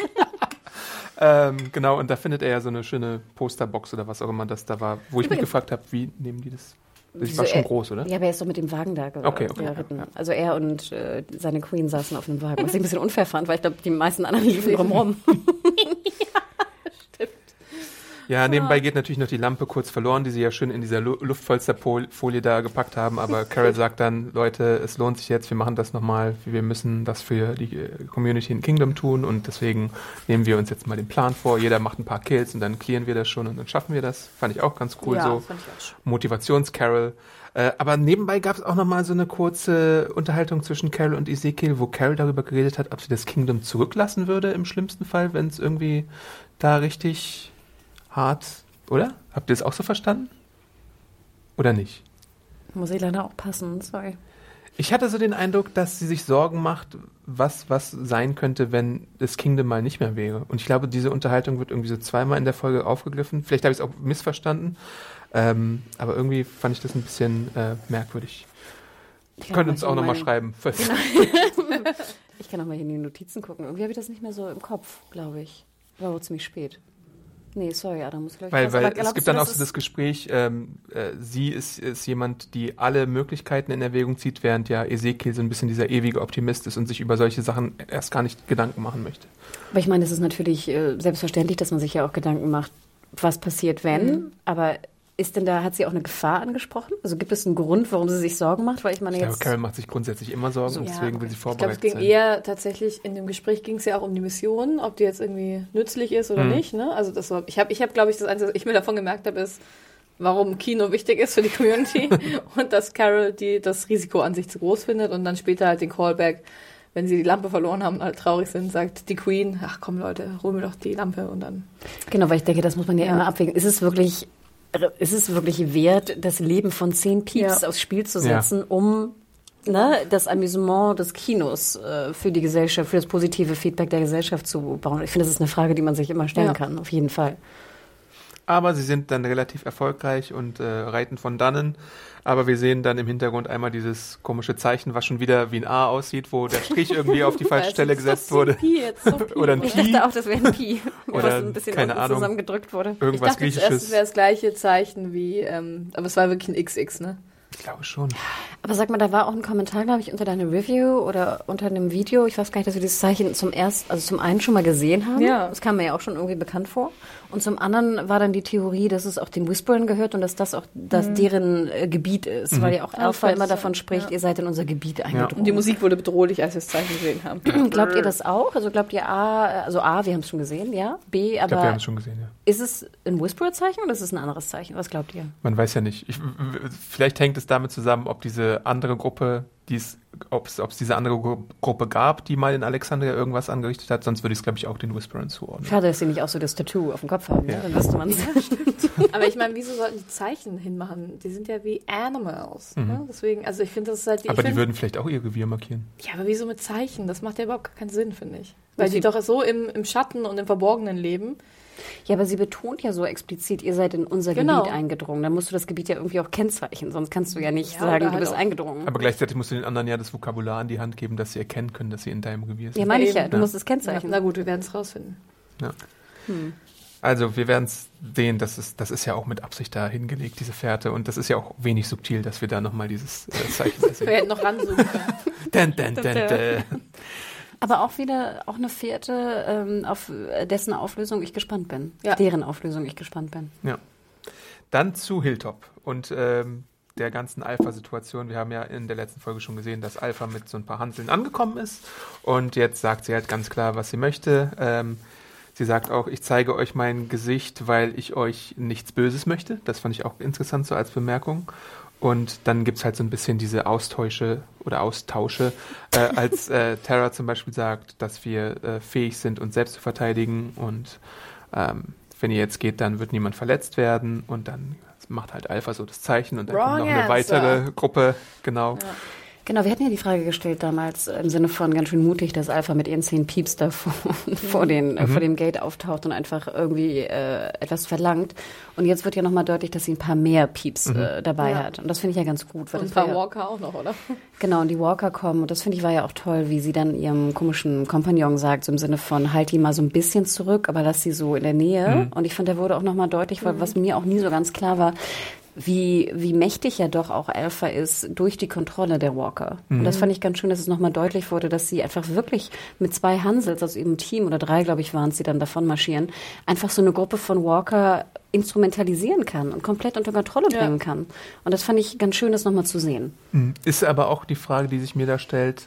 ähm, genau, und da findet er ja so eine schöne Posterbox oder was auch immer das da war, wo ich mich Übrigens- gefragt habe, wie nehmen die das? Das Wieso war schon er- groß, oder? Ja, aber er ist doch mit dem Wagen da ge- Okay, okay. geritten. Also er und äh, seine Queen saßen auf einem Wagen, was ich ein bisschen unfair fand, weil ich glaube, die meisten anderen liefen drumherum. Ja, nebenbei geht natürlich noch die Lampe kurz verloren, die sie ja schön in dieser Lu Luftpolsterfolie da gepackt haben, aber Carol sagt dann, Leute, es lohnt sich jetzt, wir machen das nochmal, wir müssen das für die äh, Community in Kingdom tun und deswegen nehmen wir uns jetzt mal den Plan vor, jeder macht ein paar Kills und dann clearen wir das schon und dann schaffen wir das. Fand ich auch ganz cool, ja, so fand ich auch schön. Motivations-Carol. Äh, aber nebenbei gab es auch nochmal so eine kurze Unterhaltung zwischen Carol und Ezekiel, wo Carol darüber geredet hat, ob sie das Kingdom zurücklassen würde im schlimmsten Fall, wenn es irgendwie da richtig hart, oder? Habt ihr es auch so verstanden? Oder nicht? Muss ich leider auch passen, sorry. Ich hatte so den Eindruck, dass sie sich Sorgen macht, was, was sein könnte, wenn das Kingdom mal nicht mehr wäre. Und ich glaube, diese Unterhaltung wird irgendwie so zweimal in der Folge aufgegriffen. Vielleicht habe ich es auch missverstanden. Ähm, aber irgendwie fand ich das ein bisschen äh, merkwürdig. Ich Könnt uns auch nochmal schreiben. Ich kann auch mal hier in die Notizen gucken. Irgendwie habe ich das nicht mehr so im Kopf, glaube ich. War auch ziemlich spät. Nee, sorry, Adam, muss gleich Weil, was, weil aber es glaubst gibt du, dann auch das so das Gespräch, ähm, äh, sie ist, ist jemand, die alle Möglichkeiten in Erwägung zieht, während ja Ezekiel so ein bisschen dieser ewige Optimist ist und sich über solche Sachen erst gar nicht Gedanken machen möchte. Aber ich meine, es ist natürlich äh, selbstverständlich, dass man sich ja auch Gedanken macht, was passiert, wenn. Mhm. Aber ist denn da, hat sie auch eine Gefahr angesprochen? Also gibt es einen Grund, warum sie sich Sorgen macht? Weil ich meine Ich glaube, jetzt... Carol macht sich grundsätzlich immer Sorgen und Ja, deswegen will okay. sie Ich glaube, vorbereitet es ging sein. eher tatsächlich, in dem Gespräch ging es ja auch um die Mission, ob die jetzt irgendwie nützlich ist oder Mhm. nicht. Ne? Also das war, ich habe, ich hab, glaube ich, das Einzige, was ich mir davon gemerkt habe, ist, warum Kino wichtig ist für die Community und dass Carol die, das Risiko an sich zu groß findet und dann später halt den Callback, wenn sie die Lampe verloren haben und halt traurig sind, sagt die Queen, ach komm Leute, hol mir doch die Lampe und dann... Genau, weil ich denke, das muss man ja, Ja. immer abwägen. Ist es wirklich... Ist es wirklich wert, das Leben von zehn Pieps Ja. aufs Spiel zu Ja. setzen, um ne, das Amüsement des Kinos äh, für die Gesellschaft, für das positive Feedback der Gesellschaft zu bauen? Ich finde, das ist eine Frage, die man sich immer stellen Ja. kann, auf jeden Fall. Aber sie sind dann relativ erfolgreich und äh, reiten von dannen. Aber wir sehen dann im Hintergrund einmal dieses komische Zeichen, was schon wieder wie ein A aussieht, wo der Strich irgendwie auf die falsche Stelle gesetzt wurde. Pi jetzt, so Pi. Oder ein Pi. Ich dachte auch, das wäre ein Pi, Oder was ein bisschen keine Ahnung, zusammengedrückt wurde. Irgendwas ich dachte Griechisches. Zuerst, es wäre das gleiche Zeichen wie, ähm, aber es war wirklich ein X X, ne? Ich glaube schon. Aber sag mal, da war auch ein Kommentar, glaube ich, unter deiner Review oder unter einem Video. Ich weiß gar nicht, dass wir dieses Zeichen zum ersten, also zum einen schon mal gesehen haben. Ja. Das kam mir ja auch schon irgendwie bekannt vor. Und zum anderen war dann die Theorie, dass es auch den Whisperern gehört und dass das auch dass mhm. deren äh, Gebiet ist. Mhm. Weil ja auch Alpha immer davon spricht, ja. ihr seid in unser Gebiet eingedrungen. Ja. Und die Musik wurde bedrohlich, als wir das Zeichen gesehen haben. Glaubt ihr das auch? Also glaubt ihr A, also A, wir haben es schon gesehen, ja? B, aber ich glaube, wir haben es schon gesehen, ja. Ist es ein Whisperer-Zeichen oder ist es ein anderes Zeichen? Was glaubt ihr? Man weiß ja nicht. Ich, vielleicht hängt es damit zusammen, ob diese andere Gruppe, ob es diese andere Gru- Gruppe gab, die mal in Alexandria irgendwas angerichtet hat. Sonst würde ich es, glaube ich, auch den Whisperern zuordnen. Schade, dass sie nicht auch so das Tattoo auf dem Kopf haben. Ja. Ne? Dann wüsste man es. Ja, aber ich meine, wieso sollten die Zeichen hinmachen? Die sind ja wie Animals. Mhm. Ne? Deswegen, also ich finde, das ist halt... Die, aber die find, würden vielleicht auch ihr Revier markieren. Ja, aber wieso mit Zeichen? Das macht ja überhaupt gar keinen Sinn, finde ich. Weil die doch so im, im Schatten und im Verborgenen leben. Ja, aber sie betont ja so explizit, ihr seid in unser genau. Gebiet eingedrungen. Dann musst du das Gebiet ja irgendwie auch kennzeichnen, sonst kannst du ja nicht ja, sagen, du halt bist auch eingedrungen. Aber gleichzeitig musst du den anderen ja das Vokabular an die Hand geben, dass sie erkennen können, dass sie in deinem Revier sind. Ja, meine ich ja, du ja. musst es kennzeichnen. Ja. Na gut, wir werden es rausfinden. Ja. Hm. Also wir werden es sehen, das ist, das ist ja auch mit Absicht da hingelegt, diese Fährte. Und das ist ja auch wenig subtil, dass wir da nochmal dieses äh, Zeichen sehen. Wir hätten noch ranzoomen können. dun, dun, dun, dun. Aber auch wieder auch eine Fährte, ähm, auf dessen Auflösung ich gespannt bin. Ja. Deren Auflösung ich gespannt bin. Ja. Dann zu Hilltop und ähm, der ganzen Alpha-Situation. Wir haben ja in der letzten Folge schon gesehen, dass Alpha mit so ein paar Hanseln angekommen ist. Und jetzt sagt sie halt ganz klar, was sie möchte. Ähm, sie sagt auch, ich zeige euch mein Gesicht, weil ich euch nichts Böses möchte. Das fand ich auch interessant so als Bemerkung. Und dann gibt es halt so ein bisschen diese Austausche oder Austausche, äh, als äh, Tara zum Beispiel sagt, dass wir äh, fähig sind, uns selbst zu verteidigen und ähm, wenn ihr jetzt geht, dann wird niemand verletzt werden und dann macht halt Alpha so das Zeichen und dann Wrong kommt noch eine answer. weitere Gruppe, genau. Ja. Genau, wir hatten ja die Frage gestellt damals im Sinne von ganz schön mutig, dass Alpha mit ihren zehn Pieps da vor, vor, den, mhm. vor dem Gate auftaucht und einfach irgendwie äh, etwas verlangt. Und jetzt wird ja nochmal deutlich, dass sie ein paar mehr Pieps mhm. äh, dabei ja. hat. Und das finde ich ja ganz gut. Weil und das ein paar ja, Walker auch noch, oder? Genau, und die Walker kommen. Und das finde ich war ja auch toll, wie sie dann ihrem komischen Kompagnon sagt, so im Sinne von, halt die mal so ein bisschen zurück, aber lass sie so in der Nähe. Mhm. Und ich fand, da wurde auch nochmal deutlich, weil mhm. was mir auch nie so ganz klar war, wie, wie mächtig ja doch auch Alpha ist durch die Kontrolle der Walker. Mhm. Und das fand ich ganz schön, dass es nochmal deutlich wurde, dass sie einfach wirklich mit zwei Hansels aus ihrem Team, oder drei, glaube ich, waren es, die dann davon marschieren, einfach so eine Gruppe von Walker instrumentalisieren kann und komplett unter Kontrolle bringen ja. kann. Und das fand ich ganz schön, das nochmal zu sehen. Ist aber auch die Frage, die sich mir da stellt,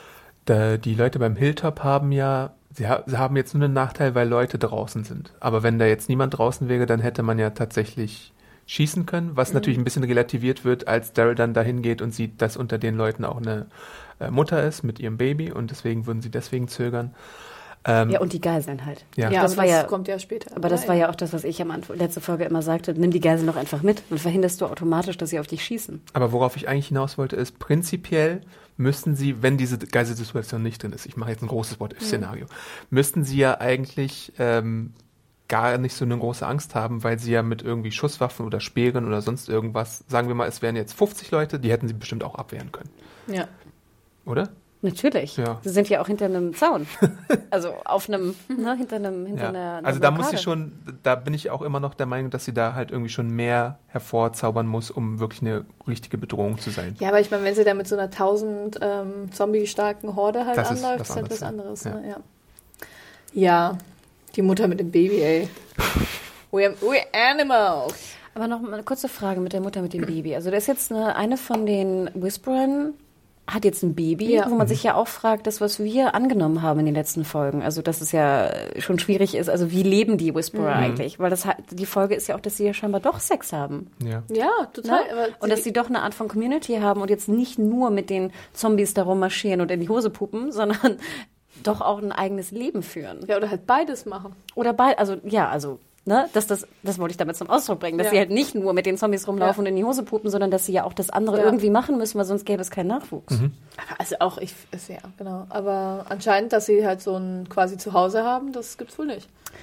da die Leute beim Hilltop haben ja, sie, ha- sie haben jetzt nur einen Nachteil, weil Leute draußen sind. Aber wenn da jetzt niemand draußen wäre, dann hätte man ja tatsächlich schießen können, was mhm. natürlich ein bisschen relativiert wird, als Daryl dann dahin geht und sieht, dass unter den Leuten auch eine äh, Mutter ist mit ihrem Baby und deswegen würden sie deswegen zögern. Ähm, ja, und die Geiseln halt. Ja, ja das, das war ja, kommt ja später. Aber das war ja auch das, was ich am Anfang, letzte Folge immer sagte, nimm die Geiseln doch einfach mit, dann verhinderst du automatisch, dass sie auf dich schießen. Aber worauf ich eigentlich hinaus wollte, ist, prinzipiell müssten sie, wenn diese Geiselsituation nicht drin ist, ich mache jetzt ein großes What-If-Szenario, mhm. müssten sie ja eigentlich ähm, gar nicht so eine große Angst haben, weil sie ja mit irgendwie Schusswaffen oder Speeren oder sonst irgendwas, sagen wir mal, es wären jetzt fünfzig Leute, die hätten sie bestimmt auch abwehren können. Ja. Oder? Natürlich. Ja. Sie sind ja auch hinter einem Zaun. Also auf einem, ne, hinter einem, hinter ja. einer, einer Also da Blockade. muss sie schon, da bin ich auch immer noch der Meinung, dass sie da halt irgendwie schon mehr hervorzaubern muss, um wirklich eine richtige Bedrohung zu sein. Ja, aber ich meine, wenn sie da mit so einer tausend ähm, Zombie-starken Horde halt das anläuft, ist, ist halt was anderes. Ja. Ne? Ja. ja, die Mutter mit dem Baby, ey. We're, we're animals. Aber noch mal eine kurze Frage mit der Mutter mit dem Baby. Also da ist jetzt eine, eine von den Whisperern, hat jetzt ein Baby, ja. wo man sich ja auch fragt, das, was wir angenommen haben in den letzten Folgen. Also, dass es ja schon schwierig ist. Also, wie leben die Whisperer mhm. eigentlich? Weil das die Folge ist ja auch, dass sie ja scheinbar doch Sex haben. Ja, ja total. Ne? Aber und dass sie doch eine Art von Community haben und jetzt nicht nur mit den Zombies darum marschieren und in die Hose pupen, sondern doch auch ein eigenes Leben führen. Ja, oder halt beides machen. Oder beid, also, ja, also... Ne, dass das, das wollte ich damit zum Ausdruck bringen, dass ja. sie halt nicht nur mit den Zombies rumlaufen ja. und in die Hose pupen, sondern dass sie ja auch das andere ja. irgendwie machen müssen, weil sonst gäbe es keinen Nachwuchs. Mhm. Also auch ich, ist ja, genau. Aber anscheinend, dass sie halt so ein quasi Zuhause haben, das gibt's wohl nicht.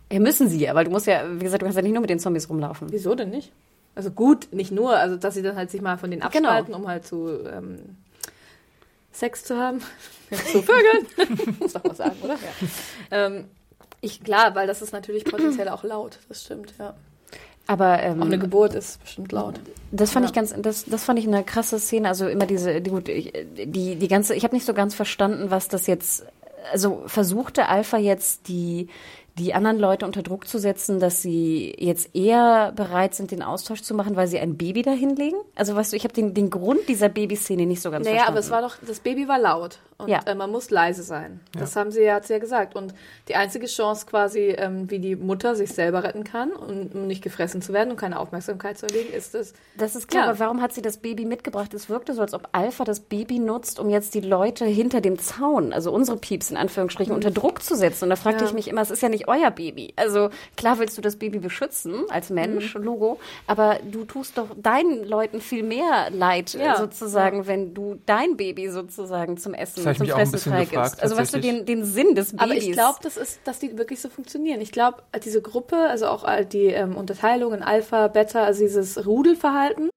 Ja, müssen sie ja, weil du musst ja, wie gesagt, du kannst ja nicht nur mit den Zombies rumlaufen. Wieso denn nicht? Also gut, nicht nur, also dass sie dann halt sich mal von denen abspalten, genau. um halt zu ähm, Sex zu haben, zu vögeln. Muss doch was sagen, oder? Ja. Ähm, ich, klar, weil das ist natürlich potenziell auch laut, das stimmt, ja. Aber ähm, auch eine Geburt ist bestimmt laut. Das fand ja. ich ganz, das, das fand ich eine krasse Szene. Also immer diese, die, gut, die, die ganze, ich habe nicht so ganz verstanden, was das jetzt, also versuchte Alpha jetzt die die anderen Leute unter Druck zu setzen, dass sie jetzt eher bereit sind, den Austausch zu machen, weil sie ein Baby da hinlegen? Also weißt du, ich habe den, den Grund dieser Babyszene nicht so ganz naja, verstanden. Naja, aber es war doch, das Baby war laut und ja. äh, man muss leise sein. Ja. Das haben sie ja, hat sie ja gesagt. Und die einzige Chance quasi, ähm, wie die Mutter sich selber retten kann, und, um nicht gefressen zu werden und keine Aufmerksamkeit zu erlegen, ist das... Das ist klar, ja. aber warum hat sie das Baby mitgebracht? Es wirkte so, als ob Alpha das Baby nutzt, um jetzt die Leute hinter dem Zaun, also unsere Pieps in Anführungsstrichen, mhm. unter Druck zu setzen. Und da fragte ja. ich mich immer, es ist ja nicht euer Baby. Also klar willst du das Baby beschützen als Mensch, mhm. Logo, aber du tust doch deinen Leuten viel mehr Leid ja. sozusagen, ja. wenn du dein Baby sozusagen zum Essen, zum Fressen freigibst. Also weißt du, den, den Sinn des Babys. Aber ich glaube, das ist, dass die wirklich so funktionieren. Ich glaube, diese Gruppe, also auch die ähm, Unterteilung in Alpha, Beta, also dieses Rudelverhalten.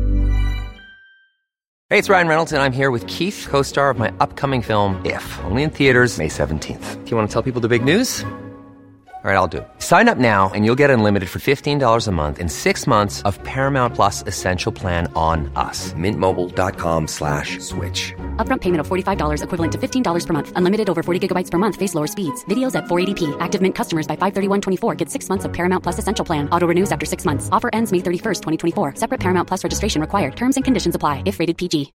Hey, it's Ryan Reynolds, and I'm here with Keith, co-star of my upcoming film, If, only in theaters May seventeenth. Do you want to tell people the big news? All right, I'll do it. Sign up now and you'll get unlimited for fifteen dollars a month and six months of Paramount Plus Essential Plan on us. Mint Mobile dot com slash switch. Upfront payment of forty-five dollars equivalent to fifteen dollars per month. Unlimited over forty gigabytes per month. Face lower speeds. Videos at four eighty p. Active Mint customers by five thirty-one twenty-four get six months of Paramount Plus Essential Plan. Auto renews after six months. Offer ends May thirty-first, twenty twenty-four. Separate Paramount Plus registration required. Terms and conditions apply if rated P G.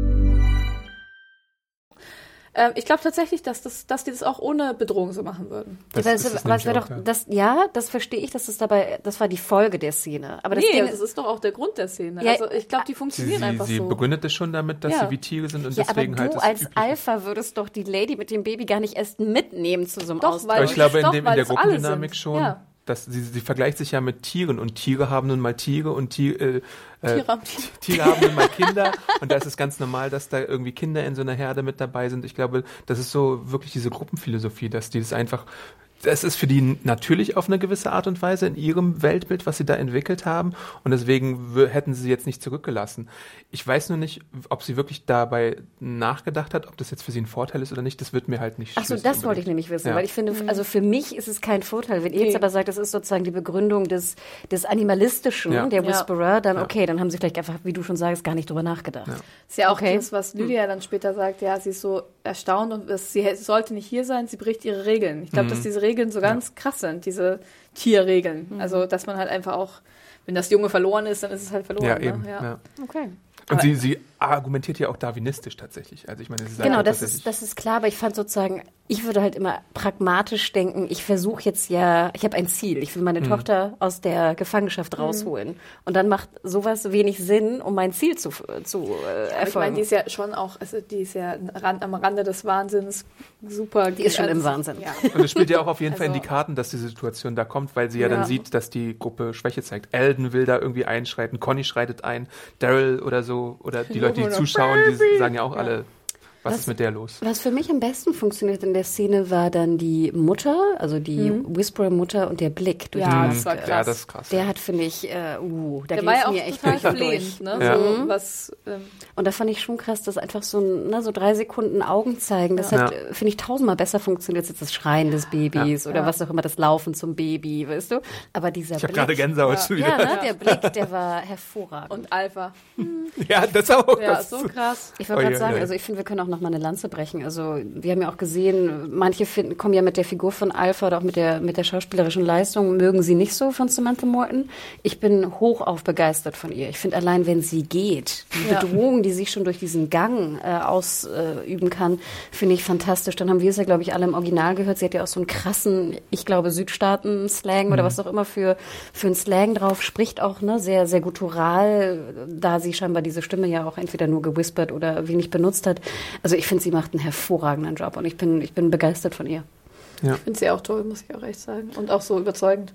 Ähm, ich glaube tatsächlich, dass, das, dass die das auch ohne Bedrohung so machen würden. Das, das, das, was doch, ja. Das, ja, das verstehe ich, dass das dabei, das war die Folge der Szene. Aber das nee, Ding, das ist doch auch der Grund der Szene. Ja, also ich glaube, die funktionieren sie, einfach sie so. Sie begründet es schon damit, dass ja. sie wie Tiere sind und ja, deswegen aber halt du das als Übliche. Alpha würdest doch die Lady mit dem Baby gar nicht erst mitnehmen zu so einem Doch, Austausch. weil aber ich glaube, in, doch, dem, in der es alle Gruppendynamik sind. schon, Ja. dass sie, sie vergleicht sich ja mit Tieren und Tiere haben nun mal Tiere und Tier, äh, Tiere, haben Tiere. Tiere haben nun mal Kinder und da ist es ganz normal, dass da irgendwie Kinder in so einer Herde mit dabei sind. Ich glaube, das ist so wirklich diese Gruppenphilosophie, dass die das einfach, das ist für die natürlich auf eine gewisse Art und Weise in ihrem Weltbild, was sie da entwickelt haben und deswegen w- hätten sie jetzt nicht zurückgelassen. Ich weiß nur nicht, ob sie wirklich dabei nachgedacht hat, ob das jetzt für sie ein Vorteil ist oder nicht, das wird mir halt nicht Ach so, schlüssig das unbedingt. wollte ich nämlich wissen, Ja. weil ich finde, also für mich ist es kein Vorteil. Wenn ihr jetzt Nee. aber sagt, das ist sozusagen die Begründung des, des Animalistischen, Ja. der Ja. Whisperer, dann Ja. okay, dann haben sie vielleicht einfach, wie du schon sagst, gar nicht drüber nachgedacht. Ja. Ist ja auch Okay. das, was Lydia dann später sagt, ja, sie ist so erstaunt und es, sie sollte nicht hier sein, sie bricht ihre Regeln. Ich glaube, Mhm. dass diese Regeln so ganz krass sind, diese Tierregeln. Mhm. Also, dass man halt einfach auch, wenn das Junge verloren ist, dann ist es halt verloren. Ja, ne? eben. Ja. Ja. Okay. Und Aber- sie, sie argumentiert ja auch darwinistisch tatsächlich. Also ich meine, sie sagt Genau, ja das tatsächlich, ist, das ist klar, aber ich fand sozusagen, ich würde halt immer pragmatisch denken, ich versuche jetzt ja, ich habe ein Ziel, ich will meine Mhm. Tochter aus der Gefangenschaft rausholen. Und dann macht sowas wenig Sinn, um mein Ziel zu, zu äh, Aber ich meine, erfolgen. die ist ja schon auch, also die ist ja ran, am Rande des Wahnsinns super. Die ist schon also, im Wahnsinn. Ja. und es spielt ja auch auf jeden Fall in Also- die Karten, dass diese Situation da kommt, weil sie ja, Ja. dann sieht, dass die Gruppe Schwäche zeigt. Alden will da irgendwie einschreiten, Conny schreitet ein, Daryl oder so, oder die Leute, die zuschauen, die sagen ja auch alle, was, Was- ist mit der los? Was für mich am besten funktioniert in der Szene war dann die Mutter, also die Whisperer-Mutter und der Blick durch Mhm. Ja, die das Maske. war krass. Ja, das ist krass. Der hat, finde ich, äh, uh, da Der ging war es ja auch mir echt total durch und durch. flehend, ne? Ja. So, was, ähm, Und da fand ich schon krass, dass einfach so, ein, ne, so drei Sekunden Augen zeigen, das Ja. hat, äh, finde ich, tausendmal besser funktioniert als jetzt das Schreien des Babys oder Ja. was auch immer, das Laufen zum Baby, weißt du? Aber dieser Ich habe Blick, gerade Gänsehaut schon ja, wieder. ne, der Blick, der war hervorragend. und Alpha. Ja, das auch. Ja, das so krass. Ich wollte gerade Ui, ui, sagen, ui. also ich finde, wir können auch noch mal eine Lanze brechen. Also wir haben ja auch gesehen, manche finden, kommen ja mit der Figur von Alpha oder auch mit der, mit der schauspielerischen Leistung, mögen sie nicht so von Samantha Morton. Ich bin hochauf begeistert von ihr. Ich finde allein, wenn sie geht, die Ja. Bedrohung, die sich schon durch diesen Gang äh, ausüben kann, finde ich fantastisch. Dann haben wir es ja, glaube ich, alle im Original gehört. Sie hat ja auch so einen krassen, ich glaube, Südstaaten-Slang oder was auch immer für, für einen Slang drauf, spricht auch ne, sehr, sehr guttural, da sie scheinbar diese Stimme ja auch entweder nur gewispert oder wenig benutzt hat. Also ich finde, sie macht einen hervorragenden Job und ich bin, ich bin begeistert von ihr. Ja. Ich finde sie auch toll, muss ich auch echt sagen. Und auch so überzeugend.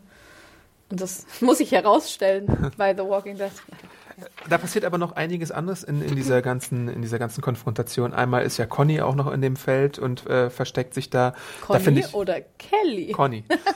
Und das muss ich herausstellen bei The Walking Dead. Da passiert aber noch einiges anderes in, in, dieser ganzen, in dieser ganzen Konfrontation. Einmal ist ja Conny auch noch in dem Feld und äh, versteckt sich da. Conny da find ich, oder Kelly? Conny.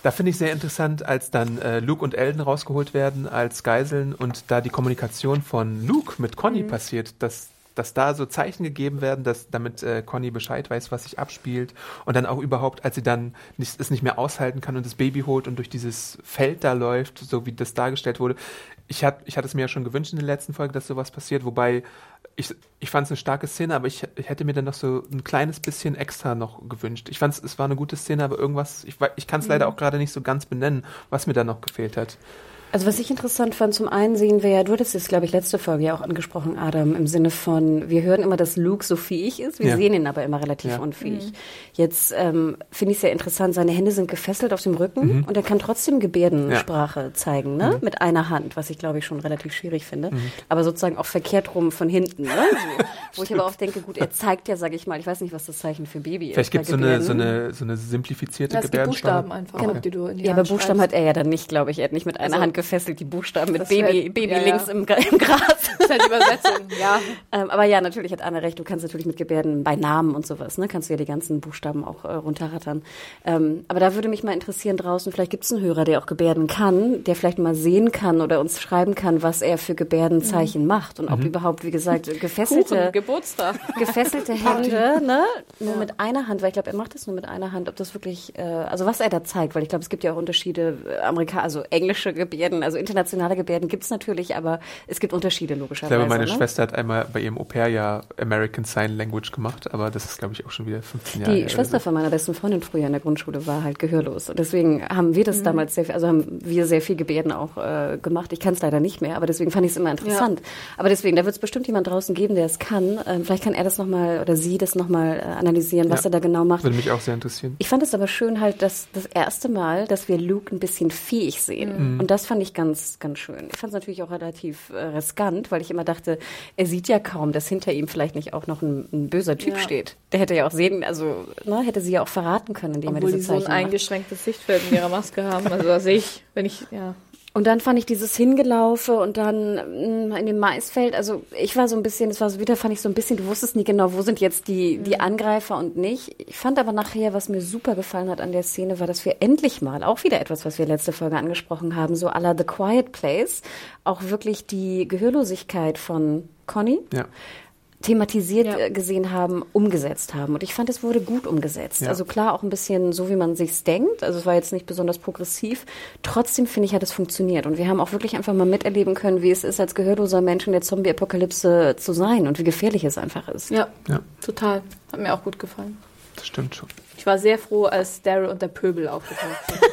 Da finde ich sehr interessant, als dann äh, Luke und Elden rausgeholt werden als Geiseln und da die Kommunikation von Luke mit Conny mhm. passiert, dass, dass da so Zeichen gegeben werden, dass damit äh, Conny Bescheid weiß, was sich abspielt und dann auch überhaupt, als sie dann nicht, es nicht mehr aushalten kann und das Baby holt und durch dieses Feld da läuft, so wie das dargestellt wurde. Ich, hat, ich hatte es mir ja schon gewünscht in der letzten Folge, dass sowas passiert, wobei ich, ich fand es eine starke Szene, aber ich, ich hätte mir dann noch so ein kleines bisschen extra noch gewünscht. Ich fand es war eine gute Szene, aber irgendwas, ich, ich kann es mhm. leider auch gerade nicht so ganz benennen, was mir da noch gefehlt hat. Also was ich interessant fand, zum einen sehen wir ja, du hattest es, glaube ich, letzte Folge ja auch angesprochen, Adam, im Sinne von, wir hören immer, dass Luke so fähig ist, wir ja. sehen ihn aber immer relativ ja. unfähig. Mhm. Jetzt ähm, finde ich es sehr interessant, seine Hände sind gefesselt auf dem Rücken mhm. und er kann trotzdem Gebärdensprache ja. zeigen, ne? Mhm. Mit einer Hand, was ich, glaube ich, schon relativ schwierig finde. Mhm. Aber sozusagen auch verkehrt rum von hinten, ne? So, wo ich aber auch denke, gut, er zeigt ja, sage ich mal, ich weiß nicht, was das Zeichen für Baby ist. Vielleicht gibt es so eine, so, eine, so eine simplifizierte ja, Gebärdensprache. Buchstaben einfach, genau. die du in die Ja, Hand aber Buchstaben schreibst. hat er ja dann nicht, glaube ich. Er hat nicht mit einer also, Hand gefesselt, die Buchstaben mit das Baby, wär, Baby ja, links ja. Im, im Gras. Das ist halt Übersetzung, ja. ähm, aber ja, natürlich hat Anna recht. Du kannst natürlich mit Gebärden bei Namen und sowas, ne, kannst du ja die ganzen Buchstaben auch äh, runterrattern. Ähm, aber da würde mich mal interessieren draußen, vielleicht gibt es einen Hörer, der auch Gebärden kann, der vielleicht mal sehen kann oder uns schreiben kann, was er für Gebärdenzeichen mhm. macht und ob mhm. überhaupt, wie gesagt, gefesselte, Kuchen, Geburtstag. gefesselte Hände, ne, nur ja. mit einer Hand, weil ich glaube, er macht das nur mit einer Hand, ob das wirklich, äh, also was er da zeigt, weil ich glaube, es gibt ja auch Unterschiede, äh, Amerika, also englische Gebärden, also internationale Gebärden gibt es natürlich, aber es gibt Unterschiede logischerweise. Ich glaube, meine ne? Schwester hat einmal bei ihrem Au-pair-Jahr American Sign Language gemacht, aber das ist, glaube ich, auch schon wieder fünfzehn Jahre Die her. Schwester so. von meiner besten Freundin früher in der Grundschule war halt gehörlos. Und deswegen haben wir das mhm. damals sehr viel, also haben wir sehr viel Gebärden auch äh, gemacht. Ich kann es leider nicht mehr, aber deswegen fand ich es immer interessant. Ja. Aber deswegen, da wird es bestimmt jemand draußen geben, der es kann. Ähm, vielleicht kann er das nochmal oder sie das nochmal äh, analysieren, was ja. er da genau macht. Würde mich auch sehr interessieren. Ich fand es aber schön halt, dass das erste Mal, dass wir Luke ein bisschen fähig sehen. Mhm. Und das fand ich ganz, ganz schön. Ich fand es natürlich auch relativ äh, riskant, weil ich immer dachte, er sieht ja kaum, dass hinter ihm vielleicht nicht auch noch ein, ein böser Typ ja. steht. Der hätte ja auch sehen, also ne, hätte sie ja auch verraten können, indem Obwohl er diese die so ein Zeichen macht. eingeschränktes Sichtfeld in ihrer Maske haben. Also da sehe ich, wenn ich, ja. Und dann fand ich dieses Hingelaufe und dann mh, in dem Maisfeld, also ich war so ein bisschen, es war so wieder, fand ich so ein bisschen, du wusstest nie genau, wo sind jetzt die, die Angreifer und nicht. Ich fand aber nachher, was mir super gefallen hat an der Szene, war, dass wir endlich mal, auch wieder etwas, was wir letzte Folge angesprochen haben, so à la The Quiet Place, auch wirklich die Gehörlosigkeit von Conny ja. thematisiert ja. gesehen haben, umgesetzt haben. Und ich fand, es wurde gut umgesetzt. Ja. Also klar, auch ein bisschen so, wie man sich's denkt. Also es war jetzt nicht besonders progressiv. Trotzdem, finde ich, hat es funktioniert. Und wir haben auch wirklich einfach mal miterleben können, wie es ist, als gehörloser Mensch in der Zombie-Apokalypse zu sein und wie gefährlich es einfach ist. Ja, ja. total. Hat mir auch gut gefallen. Das stimmt schon. Ich war sehr froh, als Daryl und der Pöbel aufgetaucht sind.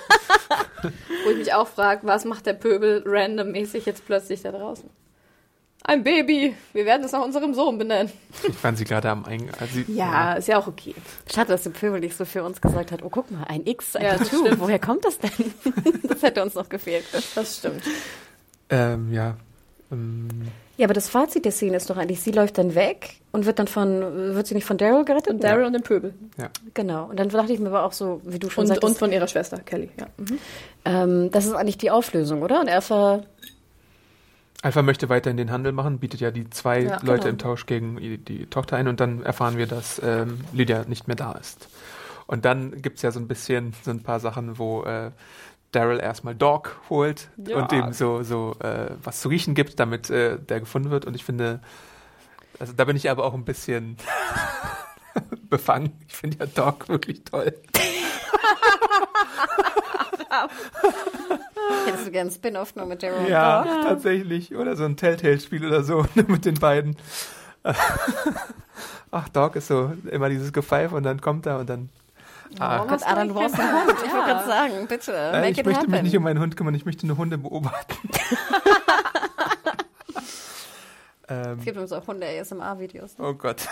Wo ich mich auch frage, was macht der Pöbel randommäßig jetzt plötzlich da draußen? Ein Baby. Wir werden es nach unserem Sohn benennen. Ich waren sie gerade am Eingang. Also, ja, ja, ist ja auch okay. Schade, dass der Pöbel nicht so für uns gesagt hat, oh, guck mal, ein X, ein ja, Tattoo. Woher kommt das denn? Das hätte uns noch gefehlt. Das stimmt. Ähm, ja. Ähm. Ja, aber das Fazit der Szene ist doch eigentlich, sie läuft dann weg und wird dann von, wird sie nicht von Daryl gerettet? Und Daryl ja. und dem Pöbel. Ja. Genau. Und dann dachte ich mir aber auch so, wie du schon und, sagtest. Und von ihrer Schwester, Kelly, ja. Mhm. Ähm, das ist eigentlich die Auflösung, oder? Und Alpha... Alpha möchte weiterhin den Handel machen, bietet ja die zwei ja, Leute genau. im Tausch gegen die, die Tochter ein und dann erfahren wir, dass ähm, Lydia nicht mehr da ist. Und dann gibt es ja so ein bisschen, so ein paar Sachen, wo äh, Daryl erstmal Dog holt ja. und dem so, so äh, was zu riechen gibt, damit äh, der gefunden wird. Und ich finde, also da bin ich aber auch ein bisschen befangen. Ich finde ja Dog wirklich toll. Hättest du gerne einen Spin-Off nur mit Daryl? Ja, und Dog? Tatsächlich. Oder so ein Telltale-Spiel oder so mit den beiden. Ach, Dog ist so immer dieses Gepfeife und dann kommt er und dann... Ah. Oh Gott, Adam, du brauchst einen Hund. Ich wollte gerade sagen, bitte, äh, make ich it möchte happen. mich nicht um meinen Hund kümmern, ich möchte nur Hunde beobachten. ähm, es gibt uns auch Hunde-A S M R-Videos. Oh Gott.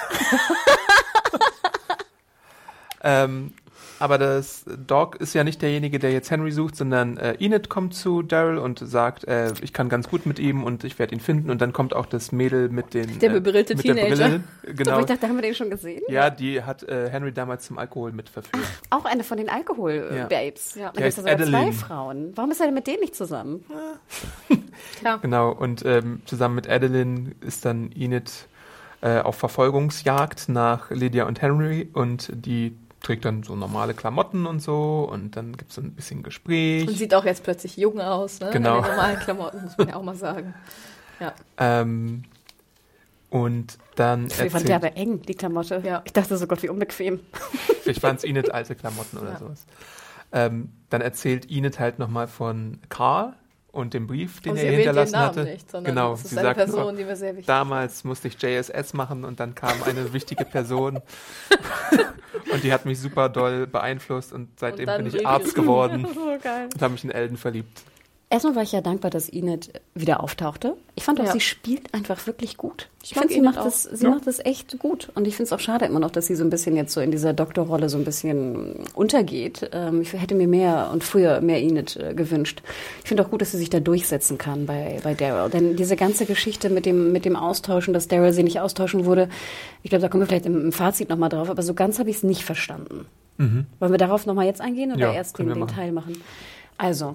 ähm, aber das Dog ist ja nicht derjenige, der jetzt Henry sucht, sondern äh, Enid kommt zu Daryl und sagt, äh, ich kann ganz gut mit ihm und ich werde ihn finden. Und dann kommt auch das Mädel mit den... Der bebrillte äh, mit Teenager. Der Brille. Genau. So, ich dachte, haben wir den schon gesehen? Ja, die hat äh, Henry damals zum Alkohol mit verführt. Auch eine von den Alkohol-Babes. Ja. Da gibt es sogar zwei Frauen. Warum ist er denn mit denen nicht zusammen? Ja. Genau, und ähm, zusammen mit Adeline ist dann Enid äh, auf Verfolgungsjagd nach Lydia und Henry und die trägt dann so normale Klamotten und so und dann gibt es so ein bisschen Gespräch. Und sieht auch jetzt plötzlich jung aus, ne? Genau. In den normalen Klamotten, muss man ja auch mal sagen. Ja. Ähm, und dann Ich fand erzählt, der aber eng, die Klamotte. Ja. Ich dachte so, Gott, wie unbequem. vielleicht waren es Enid alte Klamotten oder Ja. sowas. Ähm, dann erzählt Enid halt nochmal von Carl und dem Brief, den Und er sie ihr erwähnt ihren hinterlassen Namen hatte. nicht, sondern Genau, es ist sie eine sagt, Person, oh, die mir sehr wichtig damals musste ich J S S machen und dann kam eine wichtige Person und die hat mich super doll beeinflusst und seitdem Und dann bin ich Brief Arzt geschrieben. geworden So geil. und habe mich in Elden verliebt. Erstmal war ich ja dankbar, dass Enid wieder auftauchte. Ich fand auch, Ja. sie spielt einfach wirklich gut. Ich mag finde, sie, Enid macht auch. es, sie Ja. macht es echt gut. Und ich finde es auch schade immer noch, dass sie so ein bisschen jetzt so in dieser Doktorrolle so ein bisschen untergeht. Ähm, ich hätte mir mehr und früher mehr Enid äh, gewünscht. Ich finde auch gut, dass sie sich da durchsetzen kann bei, bei Daryl. Denn diese ganze Geschichte mit dem, mit dem Austauschen, dass Daryl sie nicht austauschen wurde, ich glaube, da kommen wir vielleicht im, im Fazit nochmal drauf, aber so ganz habe ich es nicht verstanden. Mhm. Wollen wir darauf nochmal jetzt eingehen oder Ja, erst können den, wir den machen. Teil machen? Also,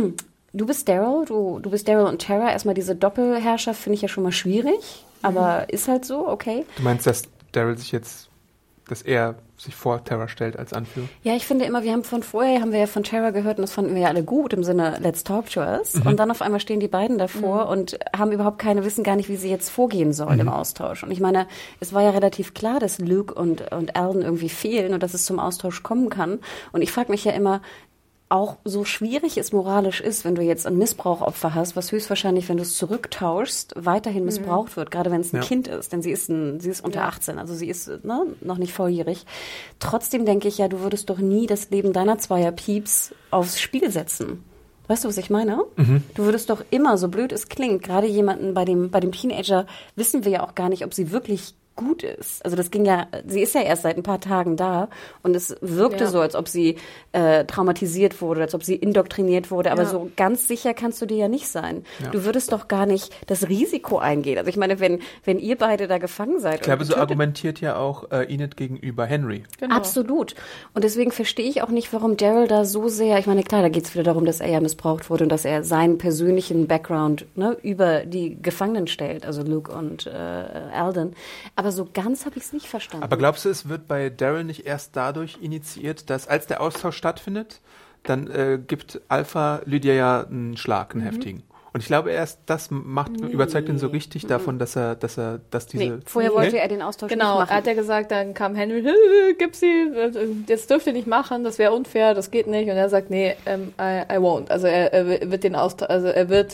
du bist Daryl, du, du bist Daryl und Tara. Erstmal diese Doppelherrschaft finde ich ja schon mal schwierig, aber Mhm. ist halt so, okay. Du meinst, dass Daryl sich jetzt, dass er sich vor Terra stellt als Anführer? Ja, ich finde immer, wir haben von vorher, haben wir ja von Tara gehört und das fanden wir ja alle gut im Sinne, let's talk to us. Mhm. Und dann auf einmal stehen die beiden davor und haben überhaupt keine, wissen gar nicht, wie sie jetzt vorgehen sollen Mhm. im Austausch. Und ich meine, es war ja relativ klar, dass Luke und, und Alden irgendwie fehlen und dass es zum Austausch kommen kann. Und ich frage mich ja immer, auch so schwierig es moralisch ist, wenn du jetzt ein Missbrauchopfer hast, was höchstwahrscheinlich, wenn du es zurücktauschst, weiterhin missbraucht wird, gerade wenn es ein Ja. Kind ist, denn sie ist ein, sie ist unter Ja. achtzehn, also sie ist ne, noch nicht volljährig. Trotzdem denke ich ja, du würdest doch nie das Leben deiner zweier Pieps aufs Spiel setzen. Weißt du, was ich meine? Du würdest doch immer, so blöd es klingt, gerade jemanden bei dem, bei dem Teenager wissen wir ja auch gar nicht, ob sie wirklich gut ist. Also das ging ja, sie ist ja erst seit ein paar Tagen da und es wirkte Ja. so, als ob sie äh, traumatisiert wurde, als ob sie indoktriniert wurde, aber Ja. so ganz sicher kannst du dir ja nicht sein. Ja. Du würdest doch gar nicht das Risiko eingehen. Also ich meine, wenn, wenn ihr beide da gefangen seid. Ich glaube, und so getötet- argumentiert ja auch äh, Enid gegenüber Henry. Genau. Absolut. Und deswegen verstehe ich auch nicht, warum Daryl da so sehr, ich meine, klar, da geht es wieder darum, dass er ja missbraucht wurde und dass er seinen persönlichen Background ne, über die Gefangenen stellt, also Luke und äh, Alden. Aber so ganz habe ich es nicht verstanden. Aber glaubst du, es wird bei Daryl nicht erst dadurch initiiert, dass als der Austausch stattfindet, dann äh, gibt Alpha Lydia ja einen Schlag, einen heftigen. Und ich glaube erst, das macht, überzeugt ihn so richtig davon, dass er, dass er, dass diese. nee, vorher wollte er den Austausch Genau, nicht er machen. hat ja gesagt, dann kam Henry, "Hä, gib sie, das dürft ihr nicht machen, das wäre unfair, das geht nicht." Und er sagt, nee, ähm, I, I won't. Also er, er wird den Austausch, also er wird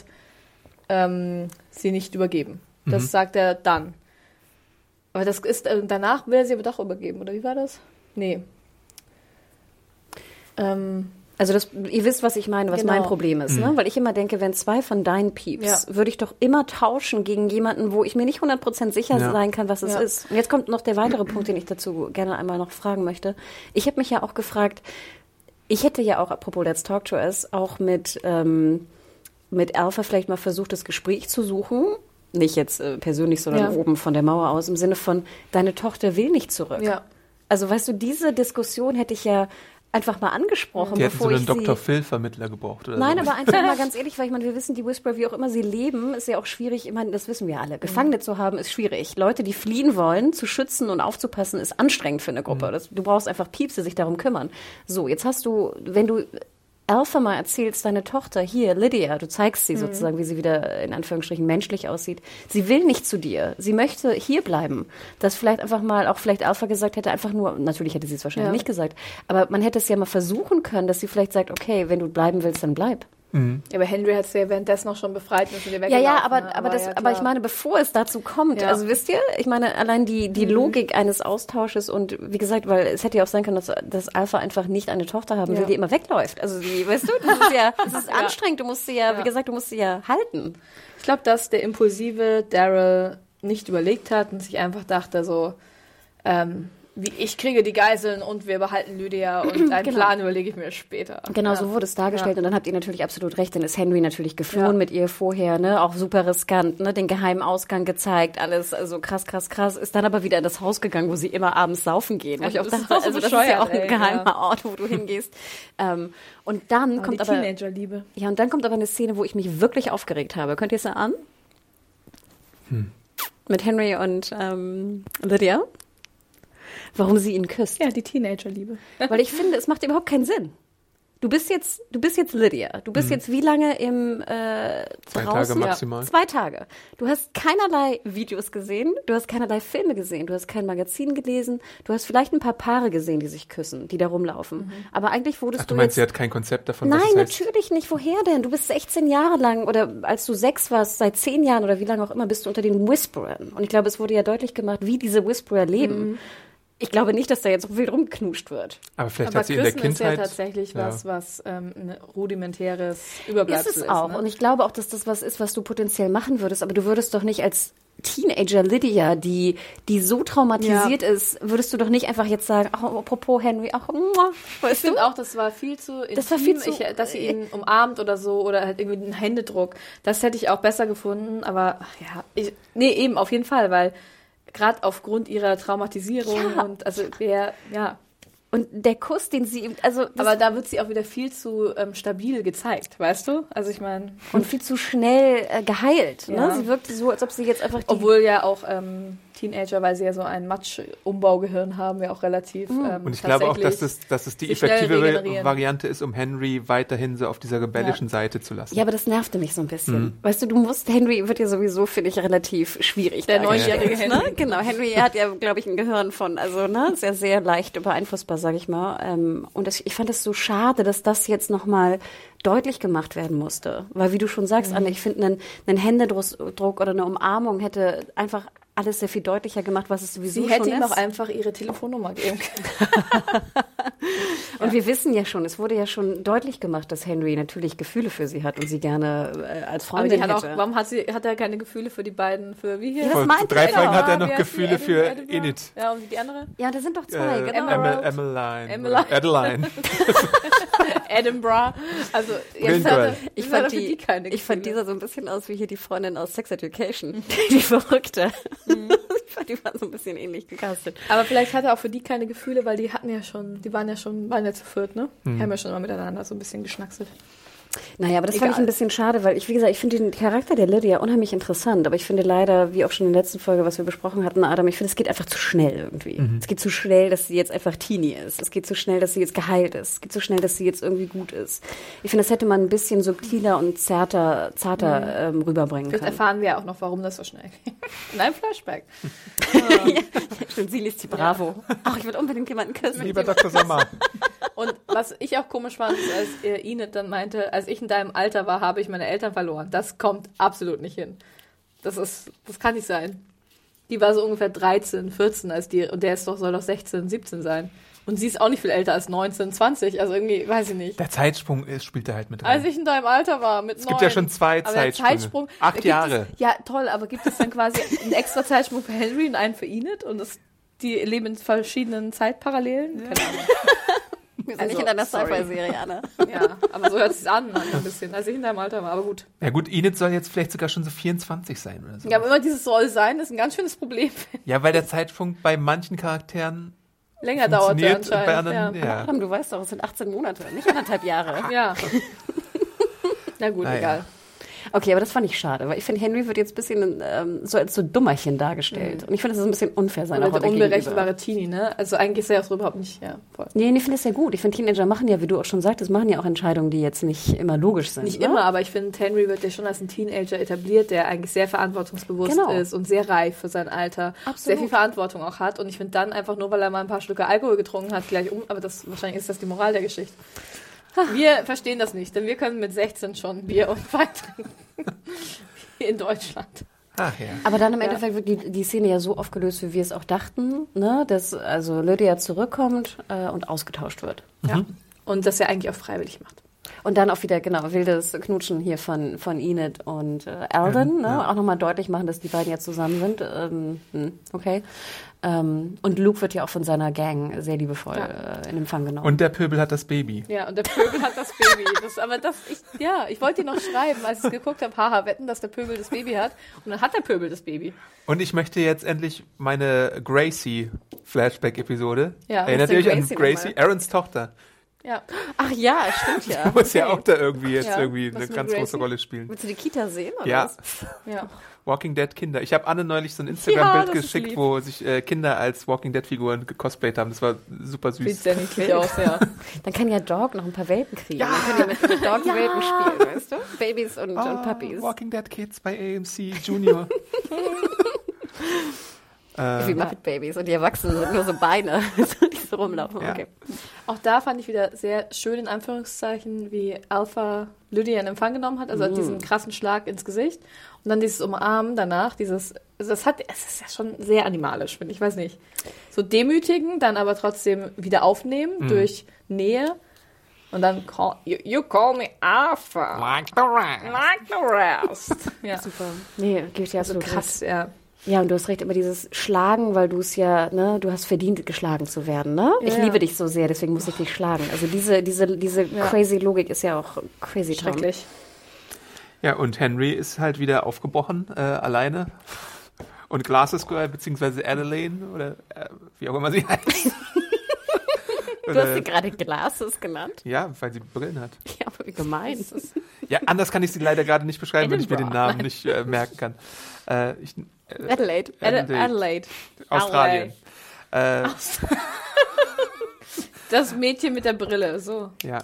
ähm, sie nicht übergeben. Das Mhm. sagt er dann. Aber das ist, äh, danach will er sie aber doch übergeben, oder wie war das? Nee. Ähm, Also das, ihr wisst, was ich meine, was Genau. mein Problem ist, ne? Weil ich immer denke, wenn zwei von deinen Pieps, Ja. würde ich doch immer tauschen gegen jemanden, wo ich mir nicht hundert Prozent sicher Ja. sein kann, was es Ja. ist. Und jetzt kommt noch der weitere Punkt, den ich dazu gerne einmal noch fragen möchte. Ich habe mich ja auch gefragt, ich hätte ja auch, apropos Let's Talk to Us, auch mit, ähm, mit Alpha vielleicht mal versucht, das Gespräch zu suchen. Nicht jetzt äh, persönlich, sondern Ja. oben von der Mauer aus, im Sinne von, deine Tochter will nicht zurück. ja. Also weißt du, diese Diskussion hätte ich ja einfach mal angesprochen, Die hätten so bevor einen ich Doktor sie... Phil-Vermittler gebraucht oder Nein, so. aber einfach mal ganz ehrlich, weil ich meine, wir wissen, die Whisperer, wie auch immer sie leben, ist ja auch schwierig. Ich meine, das wissen wir alle. Gefangene zu haben ist schwierig. Leute, die fliehen wollen, zu schützen und aufzupassen, ist anstrengend für eine Gruppe. Das, du brauchst einfach Pieps, die sich darum kümmern. So, jetzt hast du, wenn du Alpha mal erzählst, deine Tochter, hier, Lydia, du zeigst sie sozusagen, wie sie wieder in Anführungsstrichen menschlich aussieht. Sie will nicht zu dir. Sie möchte hier bleiben. Dass vielleicht einfach mal, auch vielleicht Alpha gesagt hätte, einfach nur, natürlich hätte sie es wahrscheinlich Ja. nicht gesagt, aber man hätte es ja mal versuchen können, dass sie vielleicht sagt, okay, wenn du bleiben willst, dann bleib. Ja, aber Henry hat sie ja währenddessen noch schon befreit und ist wieder Ja, weggelaufen. ja, aber, ne? aber, das, ja, aber klar. ich meine, bevor es dazu kommt, Ja. also wisst ihr, ich meine, allein die, die Logik eines Austausches und wie gesagt, weil es hätte ja auch sein können, dass, dass Alpha einfach nicht eine Tochter haben will, Ja. die immer wegläuft. Also die, weißt du, das ist ja, das ist anstrengend, du musst sie ja, Ja. wie gesagt, du musst sie ja halten. Ich glaube, dass der impulsive Daryl nicht überlegt hat und sich einfach dachte so, ähm, wie ich kriege die Geiseln und wir behalten Lydia und einen Genau. Plan überlege ich mir später. Genau, ja. so wurde es dargestellt. Ja. Und dann habt ihr natürlich absolut recht, dann ist Henry natürlich geflohen Ja. mit ihr vorher, ne, auch super riskant, ne, den geheimen Ausgang gezeigt, alles, also krass, krass, krass, ist dann aber wieder in das Haus gegangen, wo sie immer abends saufen gehen. Wo Ja, ich auch das ist dachte, auch so also das ist ja bescheuert, auch ein ey, geheimer ja. Ort, wo du hingehst. ähm, und dann Oh, kommt die aber, Teenagerliebe. ja, und dann kommt aber eine Szene, wo ich mich wirklich aufgeregt habe. Könnt ihr es an? Hm. Mit Henry und ähm, Lydia. warum sie ihn küsst. Ja, die Teenagerliebe. Weil ich finde, es macht überhaupt keinen Sinn. Du bist jetzt, du bist jetzt Lydia. Du bist mhm. jetzt wie lange im äh, Zwei draußen? Tage maximal. Ja. Zwei Tage. Du hast keinerlei Videos gesehen, du hast keinerlei Filme gesehen, du hast kein Magazin gelesen, du hast vielleicht ein paar Paare gesehen, die sich küssen, die da rumlaufen. Mhm. Aber eigentlich wurdest Ach, du du meinst, jetzt... sie hat kein Konzept davon, Nein, was es heißt? natürlich nicht. Woher denn? Du bist sechzehn Jahre lang oder als du sechs warst, seit zehn Jahren oder wie lange auch immer, bist du unter den Whisperern. Und ich glaube, es wurde ja deutlich gemacht, wie diese Whisperer leben. Mhm. Ich glaube nicht, dass da jetzt so viel rumgeknuscht wird. Aber vielleicht Aber hat sie in der Küssen ist Kindheit... ja tatsächlich ja. was, was ähm, ein rudimentäres Überbleibsel ist. Ist es auch. Ist, ne? Und ich glaube auch, dass das was ist, was du potenziell machen würdest. Aber du würdest doch nicht als Teenager Lydia, die, die so traumatisiert ja. ist, würdest du doch nicht einfach jetzt sagen, ach, apropos Henry, ach, muah, weißt ich finde auch, das war viel zu intim, das war viel zu, ich, dass sie ihn umarmt oder so oder halt irgendwie einen Händedruck. Das hätte ich auch besser gefunden, aber ach ja, ich, nee, eben auf jeden Fall, weil gerade aufgrund ihrer Traumatisierung ja. und also der, ja. Und der Kuss, den sie ihm, also aber da wird sie auch wieder viel zu ähm, stabil gezeigt, weißt du? Also ich meine und viel zu schnell äh, geheilt. Ja. Ne? Sie wirkte so, als ob sie jetzt einfach die obwohl ja auch ähm, Teenager, weil sie ja so ein Matsch-Umbaugehirn haben, ja auch relativ mhm. ähm, und ich glaube auch, dass es, dass es die effektive Variante ist, um Henry weiterhin so auf dieser rebellischen ja. Seite zu lassen. Ja, aber das nervte mich so ein bisschen. Mhm. Weißt du, du musst, Henry wird ja sowieso, finde ich, relativ schwierig. Der neunjährige Henry. Ne? Genau, Henry hat ja, glaube ich, ein Gehirn von, also ne, ist ja sehr leicht beeinflussbar, sage ich mal. Ähm, und das, ich fand es so schade, dass das jetzt nochmal deutlich gemacht werden musste. Weil, wie du schon sagst, mhm. Anne, ich finde, einen, einen Händedruck oder eine Umarmung hätte einfach alles sehr viel deutlicher gemacht, was es sowieso Sie schon hätte ist. ihm auch einfach ihre Telefonnummer geben können. Und ja. wir wissen ja schon, es wurde ja schon deutlich gemacht, dass Henry natürlich Gefühle für sie hat und sie gerne äh, als Freundin Aber die hat hätte. auch, warum hat, sie, hat er keine Gefühle für die beiden, für wie hier? Ja, Vor drei Folgen hat er noch Gefühle für Enid. Ja, und die andere? Ja, da sind doch zwei, äh, genau. Emmeline. Emmeline. Adeline. Edinburgh. Also, jetzt hatte, ich fand, die, die keine ich fand dieser so ein bisschen aus wie hier die Freundin aus Sex Education. Die Verrückte. Mhm. Ich fand, die war so ein bisschen ähnlich gecastet. Aber vielleicht hat er auch für die keine Gefühle, weil die hatten ja schon, die waren ja schon, waren ja zu viert, ne? Die mhm. haben ja schon immer miteinander so ein bisschen geschnackselt. Naja, aber das Egal. fand ich ein bisschen schade, weil ich, wie gesagt, ich finde den Charakter der Lydia unheimlich interessant, aber ich finde leider, wie auch schon in der letzten Folge, was wir besprochen hatten, Adam, ich finde, es geht einfach zu schnell irgendwie. Mhm. Es geht zu schnell, dass sie jetzt einfach Teenie ist. Es geht zu schnell, dass sie jetzt geheilt ist. Es geht zu schnell, dass sie jetzt irgendwie gut ist. Ich finde, das hätte man ein bisschen subtiler und zärter, zarter mhm. ähm, rüberbringen Vielleicht können. erfahren wir ja auch noch, warum das so schnell geht. In einem Flashback. ja, stimmt, sie liest die Bravo. Ach, ich würde unbedingt jemanden küssen. Lieber Doktor Sommer. Und was ich auch komisch fand, ist, als äh, Enid dann meinte, als ich in deinem Alter war, habe ich meine Eltern verloren. Das kommt absolut nicht hin. Das ist, das kann nicht sein. Die war so ungefähr dreizehn, vierzehn als die, und der ist doch, soll doch sechzehn, siebzehn sein. Und sie ist auch nicht viel älter als neunzehn, zwanzig, also irgendwie, weiß ich nicht. Der Zeitsprung ist, spielt da halt mit rein. Als ich in deinem Alter war, mit Es neun. gibt ja schon zwei aber der Zeitsprünge. Zeitsprung, Acht gibt Jahre. Es, ja, toll, aber gibt es dann quasi einen extra Zeitsprung für Henry und einen für Enid? Und das, die leben in verschiedenen Zeitparallelen? Ja. Keine Ahnung. Wir sind nicht in einer Sci-Fi-Serie, Anne. Ja, aber so hört es sich an, ein bisschen, als ich in deinem Alter war, aber gut. Ja gut, Enid soll jetzt vielleicht sogar schon so vierundzwanzig sein oder so. Ja, aber immer dieses soll sein, ist ein ganz schönes Problem. Ja, weil der Zeitsprung bei manchen Charakteren länger dauerte anscheinend. Bei anderen, ja. Ja. Adam, du weißt doch, es sind achtzehn Monate, nicht anderthalb Jahre. Ja. Na gut, Na egal. ja. Okay, aber das fand ich schade, weil ich finde, Henry wird jetzt ein bisschen ähm, so als so Dummerchen dargestellt. Mhm. Und ich finde, das ist ein bisschen unfair seiner Oder Rolle der unberechenbare Teenie, ne? Also eigentlich ist er ja so überhaupt nicht, ja, voll. Nee, nee, ich finde das ja gut. Ich finde, Teenager machen ja, wie du auch schon sagtest, machen ja auch Entscheidungen, die jetzt nicht immer logisch sind. Nicht ne? immer, aber ich finde, Henry wird ja schon als ein Teenager etabliert, der eigentlich sehr verantwortungsbewusst Genau. ist und sehr reif für sein Alter. Absolut. Sehr viel Verantwortung auch hat. Und ich finde dann einfach nur, weil er mal ein paar Schlücke Alkohol getrunken hat, gleich um. Aber das wahrscheinlich ist das die Moral der Geschichte. Wir verstehen das nicht, denn wir können mit sechzehn schon Bier und Wein trinken. Hier in Deutschland. Ach ja. Aber dann im Endeffekt wird die, die Szene ja so aufgelöst, wie wir es auch dachten, ne? Dass also Lydia zurückkommt äh, und ausgetauscht wird. Mhm. Ja. Und das er eigentlich auch freiwillig macht. Und dann auch wieder, genau, wildes Knutschen hier von, von Enid und äh, Alden, ne? Ja. Auch nochmal deutlich machen, dass die beiden jetzt zusammen sind. Ähm, okay. Ähm, und Luke wird ja auch von seiner Gang sehr liebevoll Ja. äh, in Empfang genommen. Und der Pöbel hat das Baby. Ja, und der Pöbel hat das Baby. Das, aber das, ich, ja, ich wollte dir noch schreiben, als ich es geguckt habe, haha, wetten, dass der Pöbel das Baby hat. Und dann hat der Pöbel das Baby. Und ich möchte jetzt endlich meine Gracie-Flashback-Episode. Ja, Erinnert was ihr ist euch denn an Gracie Gracie? nochmal? Aarons Tochter. Ja. Ach ja, stimmt ja. Du musst ja auch da irgendwie jetzt Ja. irgendwie Was eine mit ganz Gracie? große Rolle spielen. Willst du die Kita sehen, oder Ja, was? Ja. Walking Dead Kinder. Ich habe Anne neulich so ein Ja, Instagram-Bild das ist geschickt, lieb. wo sich äh, Kinder als Walking Dead-Figuren gecosplayt haben. Das war super Sieht süß. sehr niedlich aus, ja. Dann kann ja Dog noch ein paar Welpen kriegen. Ja. Dann können die mit, mit Dog Welpen spielen, weißt du? Babys und, Ah, und Puppies. Walking Dead Kids bei A M C Junior. äh, Wie Muppet Babys und die Erwachsenen sind nur so Beine, die so rumlaufen. Ja. Okay. Auch da fand ich wieder sehr schön, in Anführungszeichen, wie Alpha Lydia in Empfang genommen hat, also Mm. diesen krassen Schlag ins Gesicht. Und dann dieses Umarmen danach, dieses, also das hat, es ist ja schon sehr animalisch, finde ich, weiß nicht. So demütigen, dann aber trotzdem wieder aufnehmen Mhm. durch Nähe. Und dann, call, you, you call me Alpha. like the rest. Like the rest. Ja, Super. Nee, gebe ich dir so absolut krass, recht. ja. Ja, und du hast recht, immer dieses Schlagen, weil du es ja, ne, du hast verdient, geschlagen zu werden, ne? Ja, ich ja. liebe dich so sehr, deswegen muss ich dich schlagen. Also diese, diese, diese Ja. crazy Logik ist ja auch crazy Tom. Schrecklich. Ja, und Henry ist halt wieder aufgebrochen, äh, alleine. Und Glasses Girl, beziehungsweise Adelaine, oder äh, wie auch immer sie heißt. Du hast sie gerade Glasses genannt. Ja, weil sie Brillen hat. Ja, aber wie gemein. Ja, anders kann ich sie leider gerade nicht beschreiben, wenn ich mir den Edinburgh. Namen nicht äh, merken kann. Äh, ich, äh, Adelaide. Adelaide. Adelaide. Australien. Äh, Das Mädchen mit der Brille, so. ja.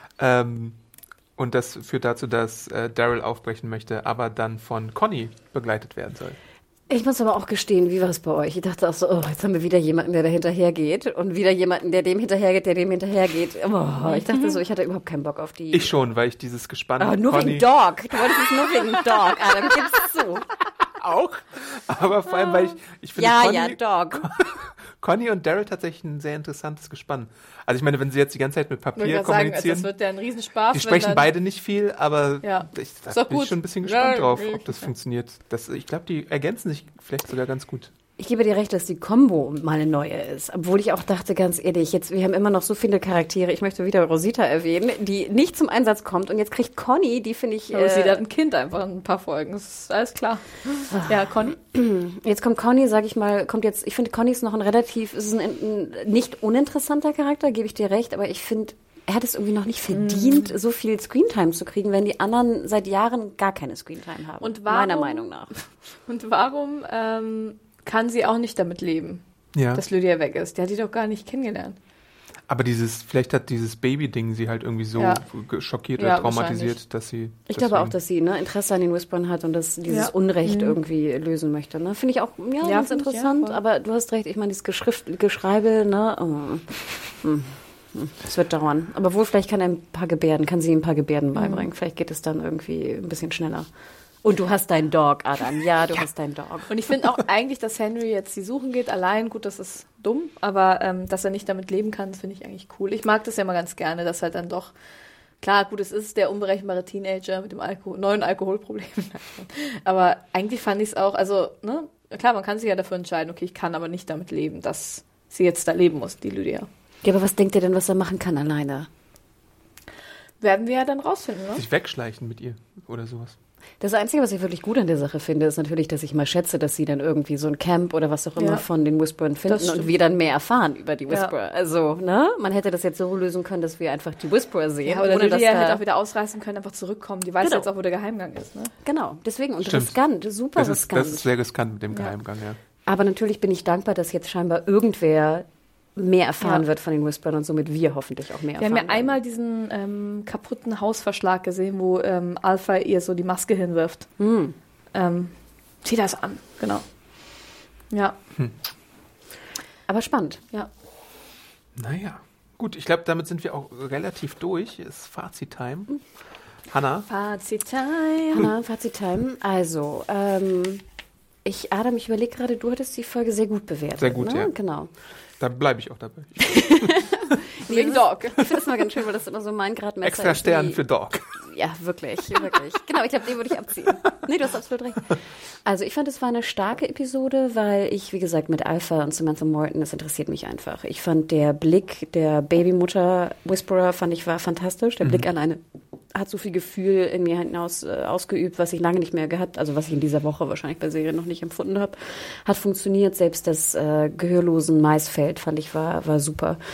Ähm, und das führt dazu, dass äh, Daryl aufbrechen möchte, aber dann von Connie begleitet werden soll. Ich muss aber auch gestehen, wie war es bei euch? Ich dachte auch so, oh, jetzt haben wir wieder jemanden, der da hinterhergeht und wieder jemanden, der dem hinterhergeht, der dem hinterhergeht. Oh, ich dachte so, ich hatte überhaupt keinen Bock auf die. Ich schon, weil ich dieses Gespann Aber nur Conny wegen Dog. Du wolltest es nur wegen Dog. Adam, gib's zu. auch, aber vor allem, weil ich, ich finde Ja, Conny, ja, Dog. Conny und Daryl tatsächlich ein sehr interessantes Gespann. Also ich meine, wenn sie jetzt die ganze Zeit mit Wollte Papier ich gerade sagen, kommunizieren, das wird ja ein Riesenspaß. die wenn sprechen dann- beide nicht viel, aber Ja. ich, da Ist doch bin ich gut. schon ein bisschen gespannt Ja, drauf, ja, ob das ja. funktioniert. Das, ich glaube, die ergänzen sich vielleicht sogar ganz gut. Ich gebe dir recht, dass die Combo mal eine neue ist. Obwohl ich auch dachte, ganz ehrlich, jetzt, wir haben immer noch so viele Charaktere. Ich möchte wieder Rosita erwähnen, die nicht zum Einsatz kommt. Und jetzt kriegt Conny, die finde ich. Aber sie Äh, hat ein Kind einfach in ein paar Folgen. Das ist alles klar. Ja, Conny. jetzt kommt Conny, sage ich mal, kommt jetzt. Ich finde, Conny ist noch ein relativ, ist ein, ein nicht uninteressanter Charakter, gebe ich dir recht. Aber ich finde, er hat es irgendwie noch nicht verdient, so viel Screentime zu kriegen, wenn die anderen seit Jahren gar keine Screentime haben. Und warum- Meiner Meinung nach. Und warum ähm, kann sie auch nicht damit leben, Ja. dass Lydia weg ist? Die hat die doch gar nicht kennengelernt. Aber dieses, vielleicht hat dieses Baby-Ding sie halt irgendwie so Ja. ge- schockiert Ja, oder traumatisiert, wahrscheinlich. dass sie. Ich glaube auch, deswegen- dass sie ne, Interesse an den Whisperern hat und dass dieses Ja. Unrecht Mhm. irgendwie lösen möchte. Ne? Finde ich auch ja, Ja, ganz find ich, ja, interessant, voll. aber du hast recht, ich meine, dieses Geschrift, Geschreibe, ne? Oh. Hm. Hm. Das wird dauern. Aber wohl, vielleicht kann er ein paar Gebärden, kann sie ihm ein paar Gebärden beibringen. Vielleicht geht es dann irgendwie ein bisschen schneller. Und du hast deinen Dog, Adam. Ja, du hast deinen Dog. Und ich finde auch eigentlich, dass Henry jetzt sie suchen geht, allein, gut, das ist dumm, aber ähm, dass er nicht damit leben kann, das finde ich eigentlich cool. Ich mag das ja mal ganz gerne, dass halt dann doch, klar, gut, es ist der unberechenbare Teenager mit dem Alko- neuen Alkoholproblem. Aber eigentlich fand ich es auch, also, ne, klar, man kann sich ja dafür entscheiden, okay, ich kann aber nicht damit leben, dass sie jetzt da leben muss, die Lydia. Ja, aber was denkt ihr denn, was er machen kann alleine? Werden wir ja dann rausfinden, ne? Sich wegschleichen mit ihr oder sowas. Das Einzige, was ich wirklich gut an der Sache finde, ist natürlich, dass ich mal schätze, dass sie dann irgendwie so ein Camp oder was auch immer Ja. von den Whisperern Das finden stimmt. und wir dann mehr erfahren über die Ja. Whisperer. Also, ne? Man hätte das jetzt so lösen können, dass wir einfach die Whisperer sehen. Ja, oder ohne dass Lydia da- hätte auch wieder ausreißen können, einfach zurückkommen. Die weiß Genau. jetzt auch, wo der Geheimgang ist, ne? Genau, deswegen. Und Stimmt. riskant, super Das ist, riskant. das ist sehr riskant mit dem Ja. Geheimgang, ja. Aber natürlich bin ich dankbar, dass jetzt scheinbar irgendwer mehr erfahren Ja. wird von den Whisperern und somit wir hoffentlich auch mehr Wir haben erfahren ja einmal diesen ähm, kaputten Hausverschlag gesehen, wo ähm, Alpha ihr so die Maske hinwirft. Hm. Ähm, zieh das an, genau. Ja, Aber spannend. ja. Naja, gut, ich glaube, damit sind wir auch relativ durch. Ist Fazit-Time. Hanna, Fazit-Time. Hanna, Fazit-Time. Also, ähm, ich, Adam, ich überlege gerade, du hattest die Folge sehr gut bewertet. Sehr gut, ne? ja. Genau. da bleibe ich auch dabei. Ich, Wegen Dog. Ich finde es mal ganz schön, weil das immer so mein Gradmesser extra ist. Stern wie- für Dog. Ja, wirklich, wirklich. Genau, ich glaube, den würde ich abziehen. Nee, du hast absolut recht. Also ich fand, es war eine starke Episode, weil ich, wie gesagt, mit Alpha und Samantha Morton, das interessiert mich einfach. Ich fand der Blick der Babymutter Whisperer, fand ich, war fantastisch. Der Blick an eine, hat so viel Gefühl in mir hinaus äh, ausgeübt, was ich lange nicht mehr gehabt, also was ich in dieser Woche wahrscheinlich bei Serien noch nicht empfunden habe, hat funktioniert. Selbst das äh, gehörlosen Maisfeld, fand ich, war, war super.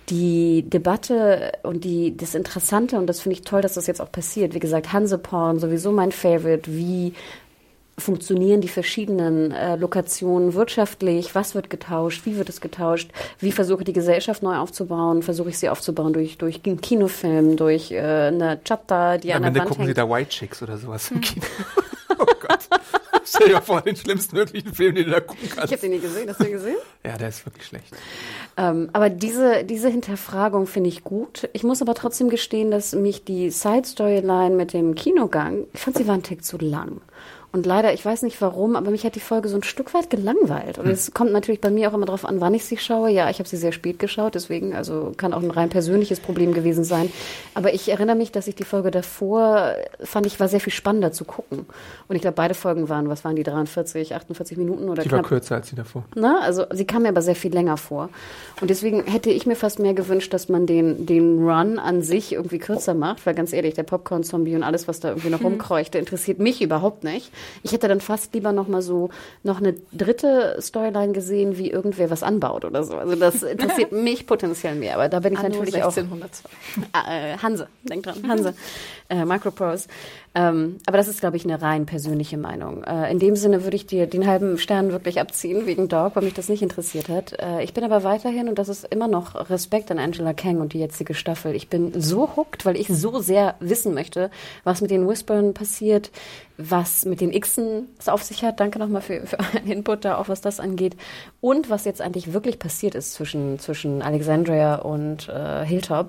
die Debatte und die das Interessante, und das finde ich toll, dass das jetzt auch passiert, wie gesagt, Hanseporn, sowieso mein Favorite, wie funktionieren die verschiedenen äh, Lokationen wirtschaftlich, was wird getauscht, wie wird es getauscht, wie versuche ich die Gesellschaft neu aufzubauen, versuche ich sie aufzubauen durch durch einen Kinofilm, durch äh, eine Chapter, die ja, an der Ende Wand gucken hängt. Sie da White Chicks oder sowas im Kino. Oh Gott. Stell dir vor, den schlimmsten möglichen Film, den du da gucken kannst. Ich habe den nie gesehen, hast du den gesehen? Ja, der ist wirklich schlecht. Ähm, aber diese, diese Hinterfragung finde ich gut. Ich muss aber trotzdem gestehen, dass mich die Side-Storyline mit dem Kinogang, ich fand, sie war ein Tick zu lang. Und leider, ich weiß nicht warum, aber mich hat die Folge so ein Stück weit gelangweilt. Und es kommt natürlich bei mir auch immer darauf an, wann ich sie schaue. Ja, ich habe sie sehr spät geschaut, deswegen, also kann auch ein rein persönliches Problem gewesen sein. Aber ich erinnere mich, dass ich die Folge davor, fand ich, war sehr viel spannender zu gucken. Und ich glaube, beide Folgen waren, was waren die, dreiundvierzig, achtundvierzig Minuten oder Die knapp? war kürzer als die davor. Na, also sie kam mir aber sehr viel länger vor. Und deswegen hätte ich mir fast mehr gewünscht, dass man den, den Run an sich irgendwie kürzer macht, weil ganz ehrlich, der Popcorn-Zombie und alles, was da irgendwie noch rumkreuchte, interessiert mich überhaupt nicht. Ich hätte dann fast lieber noch mal so noch eine dritte Storyline gesehen, wie irgendwer was anbaut oder so. Also das interessiert mich potenziell mehr. Aber da bin ich Anno natürlich sechzehnhundertzwei. auch... Äh, Hanse, denk dran, Hanse. äh, Microprose. Ähm, aber das ist, glaube ich, eine rein persönliche Meinung. Äh, in dem Sinne würde ich dir den halben Stern wirklich abziehen, wegen Dog, weil mich das nicht interessiert hat. Äh, ich bin aber weiterhin, und das ist immer noch Respekt an Angela Kang und die jetzige Staffel. Ich bin so hooked, weil ich so sehr wissen möchte, was mit den Whispern passiert, was mit den Xen es auf sich hat. Danke nochmal für, für euren Input da, auch was das angeht. Und was jetzt eigentlich wirklich passiert ist zwischen, zwischen Alexandria und äh, Hilltop.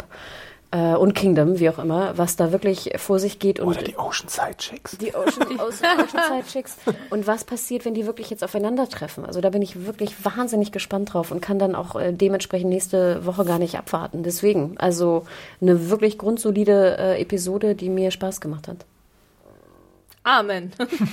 Und Kingdom, wie auch immer, was da wirklich vor sich geht. Und Oder die Oceanside Chicks. Die Ocean, Oceanside Chicks. Und was passiert, wenn die wirklich jetzt aufeinandertreffen? Also da bin ich wirklich wahnsinnig gespannt drauf und kann dann auch äh, dementsprechend nächste Woche gar nicht abwarten. Deswegen, also eine wirklich grundsolide äh, Episode, die mir Spaß gemacht hat. Amen.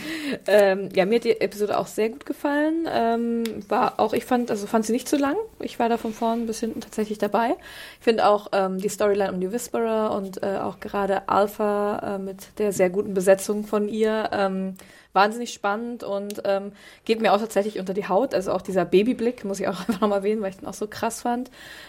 ähm, ja, mir hat die Episode auch sehr gut gefallen. Ähm, war auch, ich fand, also fand sie nicht zu lang. Ich war da von vorn bis hinten tatsächlich dabei. Ich finde auch ähm, die Storyline um die Whisperer und äh, auch gerade Alpha äh, mit der sehr guten Besetzung von ihr ähm, wahnsinnig spannend und ähm, geht mir auch tatsächlich unter die Haut. Also auch dieser Babyblick muss ich auch einfach nochmal erwähnen, weil ich den auch so krass fand.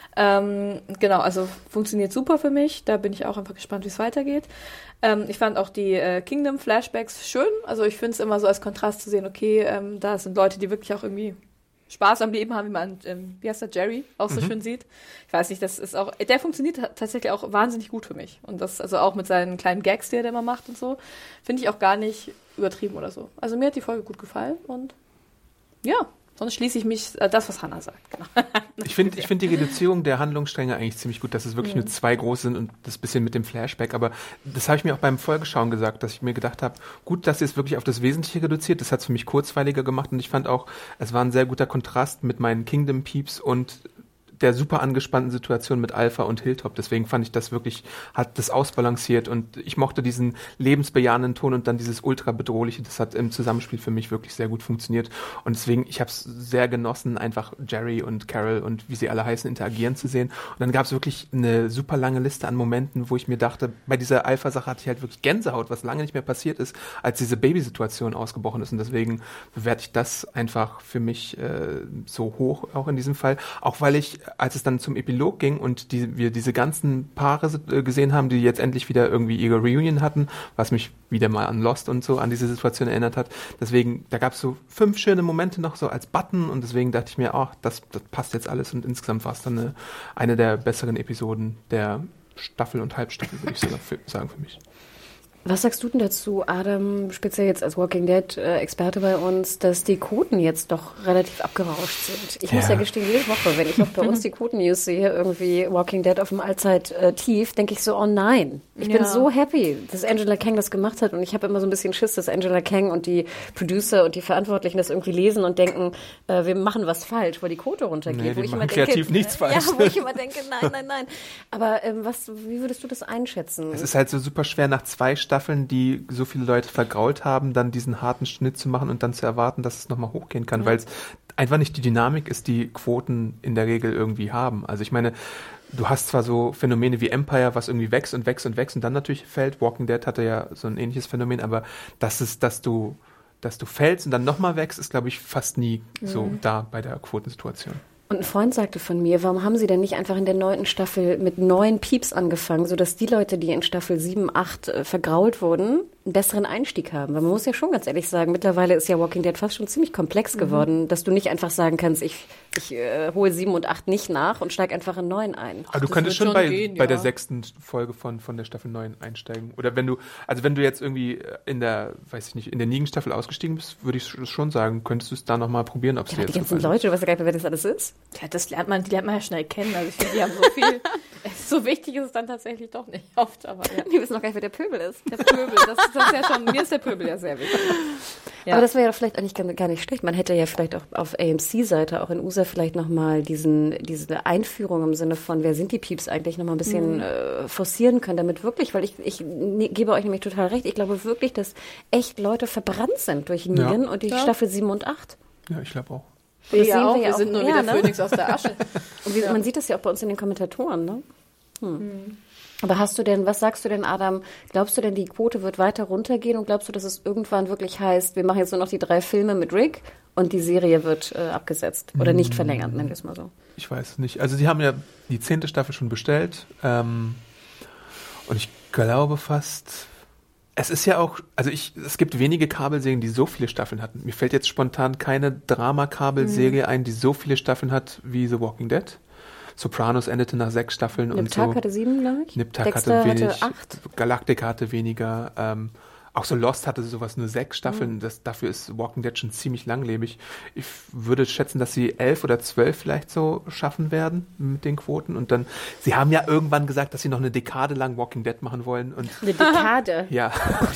Ähm, genau, also funktioniert super für mich. Da bin ich auch einfach gespannt, wie es weitergeht. Ähm, ich fand auch die äh, Kingdom-Flashbacks schön. Also ich finde es immer so als Kontrast zu sehen, okay, ähm, da sind Leute, die wirklich auch irgendwie Spaß am Leben haben, wie man, ähm, wie heißt der, Jerry, auch so mhm. schön sieht. Ich weiß nicht, das ist auch, der funktioniert t- tatsächlich auch wahnsinnig gut für mich. Und das, also auch mit seinen kleinen Gags, die er immer macht und so, finde ich auch gar nicht übertrieben oder so. Also mir hat die Folge gut gefallen und ja, sonst schließe ich mich äh, das, was Hannah sagt. Genau. Ich finde ich find die Reduzierung der Handlungsstränge eigentlich ziemlich gut, dass es wirklich mhm. nur zwei große sind und das bisschen mit dem Flashback. Aber das habe ich mir auch beim Folgeschauen gesagt, dass ich mir gedacht habe, gut, dass ihr es wirklich auf das Wesentliche reduziert. Das hat es für mich kurzweiliger gemacht und ich fand auch, es war ein sehr guter Kontrast mit meinen Kingdom-Peeps und der super angespannten Situation mit Alpha und Hilltop. Deswegen fand ich das wirklich, hat das ausbalanciert und ich mochte diesen lebensbejahenden Ton und dann dieses ultra bedrohliche, das hat im Zusammenspiel für mich wirklich sehr gut funktioniert und deswegen, ich habe es sehr genossen, einfach Jerry und Carol und wie sie alle heißen, interagieren zu sehen und dann gab es wirklich eine super lange Liste an Momenten, wo ich mir dachte, bei dieser Alpha-Sache hatte ich halt wirklich Gänsehaut, was lange nicht mehr passiert ist, als diese Babysituation ausgebrochen ist und deswegen bewerte ich das einfach für mich äh, so hoch, auch in diesem Fall, auch weil ich als es dann zum Epilog ging und die, wir diese ganzen Paare äh, gesehen haben, die jetzt endlich wieder irgendwie ihre Reunion hatten, was mich wieder mal an Lost und so, an diese Situation erinnert hat. Deswegen, da gab es so fünf schöne Momente noch so als Button und deswegen dachte ich mir, ach, das, das passt jetzt alles und insgesamt war es dann eine, eine der besseren Episoden der Staffel und Halbstaffel, würde ich sogar für, sagen für mich. Was sagst du denn dazu, Adam, speziell jetzt als Walking Dead-Experte bei uns, dass die Quoten jetzt doch relativ abgerauscht sind? Ich ja. muss ja gestehen, jede Woche, wenn ich auch bei uns die Quoten-News sehe, irgendwie Walking Dead auf dem Allzeit-Tief, denke ich so, oh nein. Ich ja. bin so happy, dass Angela Kang das gemacht hat und ich habe immer so ein bisschen Schiss, dass Angela Kang und die Producer und die Verantwortlichen das irgendwie lesen und denken, äh, wir machen was falsch, weil die Quote runtergeht. Nee, wo ich immer kreativ denke, nichts falsch. Ja, wo ich immer denke, nein, nein, nein. Aber ähm, was, wie würdest du das einschätzen? Es ist halt so super schwer, nach zwei Staffeln, die so viele Leute vergrault haben, dann diesen harten Schnitt zu machen und dann zu erwarten, dass es nochmal hochgehen kann, mhm. weil es einfach nicht die Dynamik ist, die Quoten in der Regel irgendwie haben. Also ich meine, du hast zwar so Phänomene wie Empire, was irgendwie wächst und wächst und wächst und dann natürlich fällt. Walking Dead hatte ja so ein ähnliches Phänomen, aber das ist, dass du, dass du fällst und dann nochmal wächst, ist, glaube ich, fast nie mhm. so da bei der Quotensituation. Und ein Freund sagte von mir, warum haben sie denn nicht einfach in der neunten Staffel mit neuen Pieps angefangen, sodass die Leute, die in Staffel sieben, acht äh, vergrault wurden, einen besseren Einstieg haben? Weil man muss ja schon ganz ehrlich sagen, mittlerweile ist ja Walking Dead fast schon ziemlich komplex geworden, mhm. dass du nicht einfach sagen kannst, ich, ich äh, hole sieben und acht nicht nach und steige einfach in neun ein. Aber du könntest schon, schon bei, gehen, bei ja. der sechsten Folge von, von der Staffel neun einsteigen. Oder wenn du, also wenn du jetzt irgendwie in der, weiß ich nicht, in der Negan-Staffel ausgestiegen bist, würde ich schon sagen, könntest du es da nochmal probieren, ob es ja, dir jetzt die ganzen Leute, du weißt ja gar nicht, wer das alles ist. Ja, das lernt man, die lernt man ja schnell kennen. Also ich finde, die haben so viel. So wichtig ist es dann tatsächlich doch nicht oft. Aber ja. Die wissen noch gar nicht, wer der Pöbel ist. Der Pöbel, das, das ist ja schon, mir ist der Pöbel ja sehr wichtig. Ja. Aber das wäre ja vielleicht eigentlich gar, gar nicht schlecht. Man hätte ja vielleicht auch auf A M C-Seite, auch in U S A, vielleicht nochmal diesen, diese Einführung im Sinne von, wer sind die Pieps eigentlich, nochmal ein bisschen mhm. äh, forcieren können, damit wirklich, weil ich, ich ne, gebe euch nämlich total recht, ich glaube wirklich, dass echt Leute verbrannt sind durch Negan ja. und die ja. Staffel sieben und acht. Ja, ich glaube auch. Wir, das ja auch, wir, ja wir sind auch, nur ja, wieder ne? Phönix aus der Asche. Und wie, ja. man sieht das ja auch bei uns in den Kommentatoren, ne? Hm. Mhm. Aber hast du denn, was sagst du denn, Adam, glaubst du denn, die Quote wird weiter runtergehen und glaubst du, dass es irgendwann wirklich heißt, wir machen jetzt nur noch die drei Filme mit Rick und die Serie wird äh, abgesetzt oder nicht verlängert, nennen wir es mal so? Ich weiß es nicht. Also sie haben ja die zehnte Staffel schon bestellt ähm, und ich glaube fast, es ist ja auch, also ich, es gibt wenige Kabelserien, die so viele Staffeln hatten. Mir fällt jetzt spontan keine Drama-Kabelserie mhm. ein, die so viele Staffeln hat wie The Walking Dead. Sopranos endete nach sechs Staffeln Nip und Tuck so. hatte sieben, glaube ich. Nip Tuck Dexter hatte wenig. Hatte acht. Galactica hatte weniger. Ähm, auch so Lost hatte sowas nur sechs Staffeln. Mhm. Das, dafür ist Walking Dead schon ziemlich langlebig. Ich würde schätzen, dass sie elf oder zwölf vielleicht so schaffen werden mit den Quoten. Und dann, sie haben ja irgendwann gesagt, dass sie noch eine Dekade lang Walking Dead machen wollen. Und eine Dekade? Ja.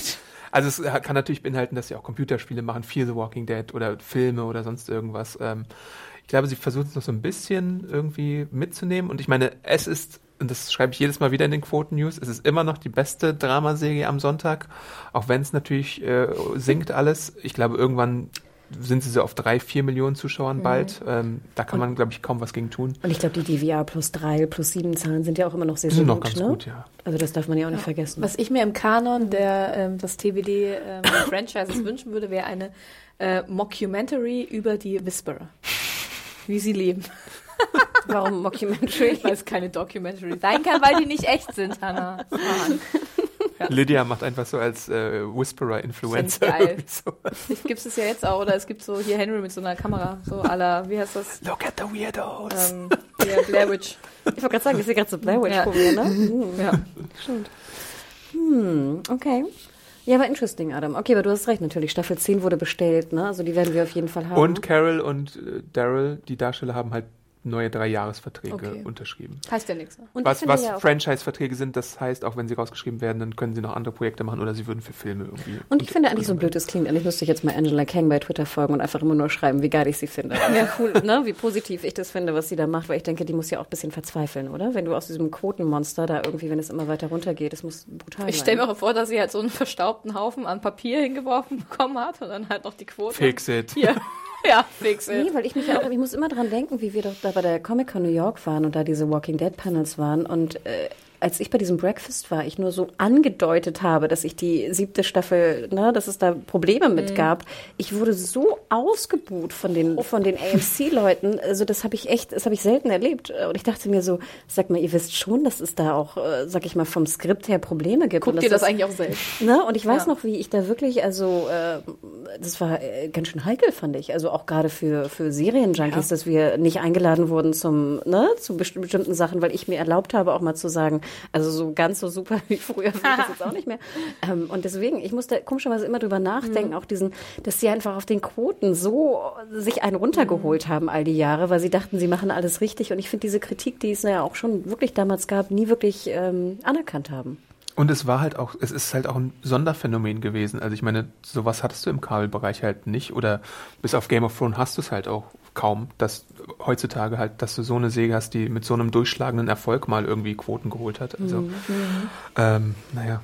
Also es kann natürlich beinhalten, dass sie auch Computerspiele machen, Fear the Walking Dead oder Filme oder sonst irgendwas. Ähm, Ich glaube, sie versuchen es noch so ein bisschen irgendwie mitzunehmen. Und ich meine, es ist, und das schreibe ich jedes Mal wieder in den Quoten-News, es ist immer noch die beste Dramaserie am Sonntag, auch wenn es natürlich äh, sinkt alles. Ich glaube, irgendwann sind sie so auf drei, vier Millionen Zuschauern bald. Mhm. Ähm, da kann man, glaube ich, kaum was gegen tun. Und ich glaube, die D V R plus drei, plus sieben Zahlen sind ja auch immer noch sehr, sehr sind gut. Noch ganz ne? gut, ja. Also das darf man ja auch nicht ja. vergessen. Was ich mir im Kanon der ähm, das T V D-Franchises ähm, wünschen würde, wäre eine äh, Mockumentary über die Whisperer. Wie sie leben. Warum Mockumentary? Weil es keine Documentary sein kann, weil die nicht echt sind, Hannah. Ja. Lydia macht einfach so als äh, Whisperer-Influencer. Geil. So. Gibt es ja jetzt auch, oder es gibt so hier Henry mit so einer Kamera, so à la, wie heißt das? Look at the weirdos. Ähm, ja, Blair Witch. Ich wollte gerade sagen, das ist ja gerade so Blair Witch ja. vor mir, ne? Hm. Ja, stimmt. Hm, okay. Ja, aber interesting, Adam. Okay, aber du hast recht, natürlich. Staffel zehn wurde bestellt, ne? Also die werden wir auf jeden Fall haben. Und Carol und äh, Daryl, die Darsteller, haben halt neue Dreijahresverträge okay. unterschrieben. Heißt ja nichts. Ne? Und was was ja Franchise-Verträge sind, das heißt, auch wenn sie rausgeschrieben werden, dann können sie noch andere Projekte machen oder sie würden für Filme irgendwie... Und ich finde eigentlich so blöd, das klingt, eigentlich müsste ich jetzt mal Angela Kang bei Twitter folgen und einfach immer nur schreiben, wie geil ich sie finde. Ja, cool, ne? Wie positiv ich das finde, was sie da macht, weil ich denke, die muss ja auch ein bisschen verzweifeln, oder? Wenn du aus diesem Quotenmonster da irgendwie, wenn es immer weiter runtergeht, das muss brutal sein. Ich stelle mir auch vor, dass sie halt so einen verstaubten Haufen an Papier hingeworfen bekommen hat und dann halt noch die Quote... Fix it. Ja. Ja, fix it. Nee, weil ich mich ja auch, ich muss immer dran denken, wie wir doch da bei der Comic-Con New York waren und da diese Walking Dead Panels waren und äh, als ich bei diesem Breakfast war, ich nur so angedeutet habe, dass ich die siebte Staffel, ne, dass es da Probleme mit mhm. gab. Ich wurde so ausgebuht von den von den A M C-Leuten. Also das habe ich echt, das habe ich selten erlebt. Und ich dachte mir so, sag mal, ihr wisst schon, dass es da auch, sag ich mal, vom Skript her Probleme gibt. Guckt ihr das, das eigentlich auch selbst? Ne? Und ich weiß ja. noch, wie ich da wirklich, also äh, das war äh, ganz schön heikel, fand ich. Also auch gerade für für Serienjunkies, ja. dass wir nicht eingeladen wurden zum, ne, zu besti- bestimmten Sachen, weil ich mir erlaubt habe, auch mal zu sagen, also so ganz so super wie früher finde ich das jetzt auch nicht mehr. Ähm, und deswegen, ich musste komischerweise immer drüber nachdenken, mhm. auch diesen, dass sie einfach auf den Quoten so sich einen runtergeholt mhm. haben all die Jahre, weil sie dachten, sie machen alles richtig. Und ich finde diese Kritik, die es ja auch schon wirklich damals gab, nie wirklich ähm, anerkannt haben. Und es war halt auch, es ist halt auch ein Sonderphänomen gewesen. Also ich meine, sowas hattest du im Kabelbereich halt nicht. Oder bis auf Game of Thrones hast du es halt auch kaum, dass heutzutage halt, dass du so eine Serie hast, die mit so einem durchschlagenden Erfolg mal irgendwie Quoten geholt hat. Also, mhm. ähm, naja.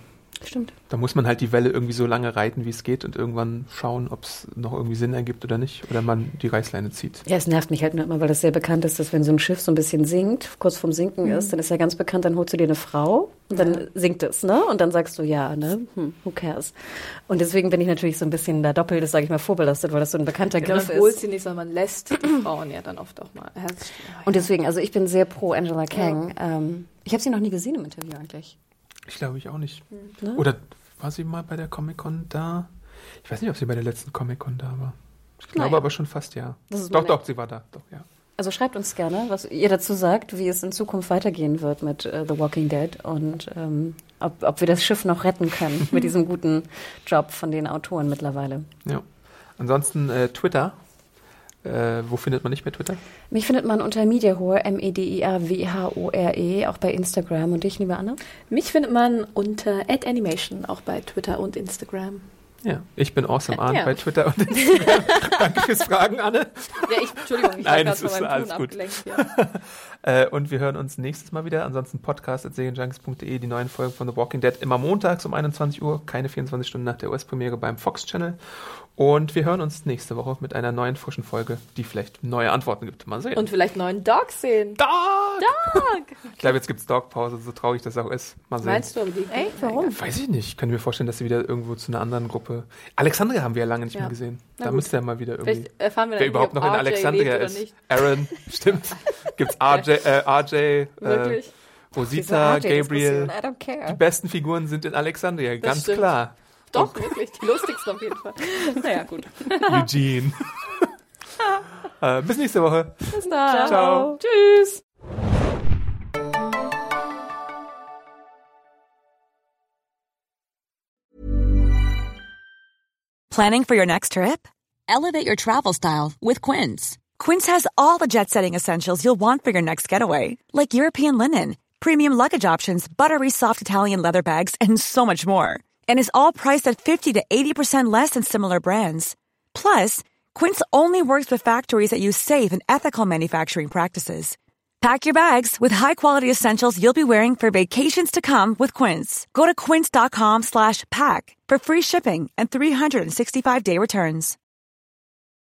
Stimmt. Da muss man halt die Welle irgendwie so lange reiten, wie es geht und irgendwann schauen, ob es noch irgendwie Sinn ergibt oder nicht. Oder man die Reißleine zieht. Ja, es nervt mich halt nur immer, weil das sehr bekannt ist, dass wenn so ein Schiff so ein bisschen sinkt, kurz vorm Sinken Mhm. ist, dann ist ja ganz bekannt, dann holst du dir eine Frau und dann ja. sinkt es, ne? Und dann sagst du, ja, ne? Hm, who cares? Und deswegen bin ich natürlich so ein bisschen da doppelt, das sage ich mal, vorbelastet, weil das so ein bekannter Ja, Griff man holt ist. sie nicht, sondern man lässt die Frauen ja dann oft auch mal. Ja, das- ja, Und deswegen, also ich bin sehr pro Angela Kang. Ähm, ich habe sie noch nie gesehen im Interview eigentlich. Ich glaube ich auch nicht. Ne? Oder war sie mal bei der Comic-Con da? Ich weiß nicht, ob sie bei der letzten Comic-Con da war. Ich glaube Naja. aber schon fast, ja. Das ist Doch, meine- doch, sie war da. Doch, ja. Also schreibt uns gerne, was ihr dazu sagt, wie es in Zukunft weitergehen wird mit äh, The Walking Dead und ähm, ob, ob wir das Schiff noch retten können mit diesem guten Job von den Autoren mittlerweile. ja. Ansonsten äh, Twitter. Äh, wo findet man nicht mehr Twitter? Mich findet man unter Mediahore, M E D I A W H O R E, auch bei Instagram. Und dich, liebe Anne? Mich findet man unter at animation, auch bei Twitter und Instagram. Ja, ich bin Awesome Arndt Ja. bei Twitter und Instagram. Danke fürs Fragen, Anne. Ja, ich, Entschuldigung, ich Nein, war es gerade ist von meinem alles Tun gut. abgelenkt. Ja. Äh, und wir hören uns nächstes Mal wieder. Ansonsten podcast at serienjunkies punkt de, die neuen Folgen von The Walking Dead immer montags um einundzwanzig Uhr, keine vierundzwanzig Stunden nach der U S-Premiere beim Fox Channel. Und wir hören uns nächste Woche mit einer neuen, frischen Folge, die vielleicht neue Antworten gibt. Mal sehen. Und vielleicht neuen Dog sehen. Dog! Dog! Ich glaube, jetzt gibt es Dogpause, so traurig das auch ist. Mal sehen. Meinst du aber die? Echt? Warum? Weiß ich nicht. Ich kann mir vorstellen, dass sie wieder irgendwo zu einer anderen Gruppe... Alexandria haben wir ja lange nicht Ja. mehr gesehen. Na Da gut. müsste ja mal wieder irgendwie... Vielleicht erfahren wir Wer dann, überhaupt ob noch in R J Alexandria lebt oder ist. nicht. Aaron, stimmt. Gibt's R J, äh, R J äh, Wirklich? Rosita, Gabriel. I don't Die care. besten Figuren sind in Alexandria, ganz stimmt. klar. Doch, wirklich. Die lustigsten auf jeden Fall. Naja, gut. Eugene. äh, bis nächste Woche. Bis dann. Ciao. Tschüss. Planning for your next trip? Elevate your travel style with Quince. Quince has all the jet-setting essentials you'll want for your next getaway, like European linen, premium luggage options, buttery soft Italian leather bags, and so much more. And is all priced at fifty to eighty percent less than similar brands. Plus, Quince only works with factories that use safe and ethical manufacturing practices. Pack your bags with high-quality essentials you'll be wearing for vacations to come with Quince. Go to quince.com slash pack for free shipping and three sixty-five day returns.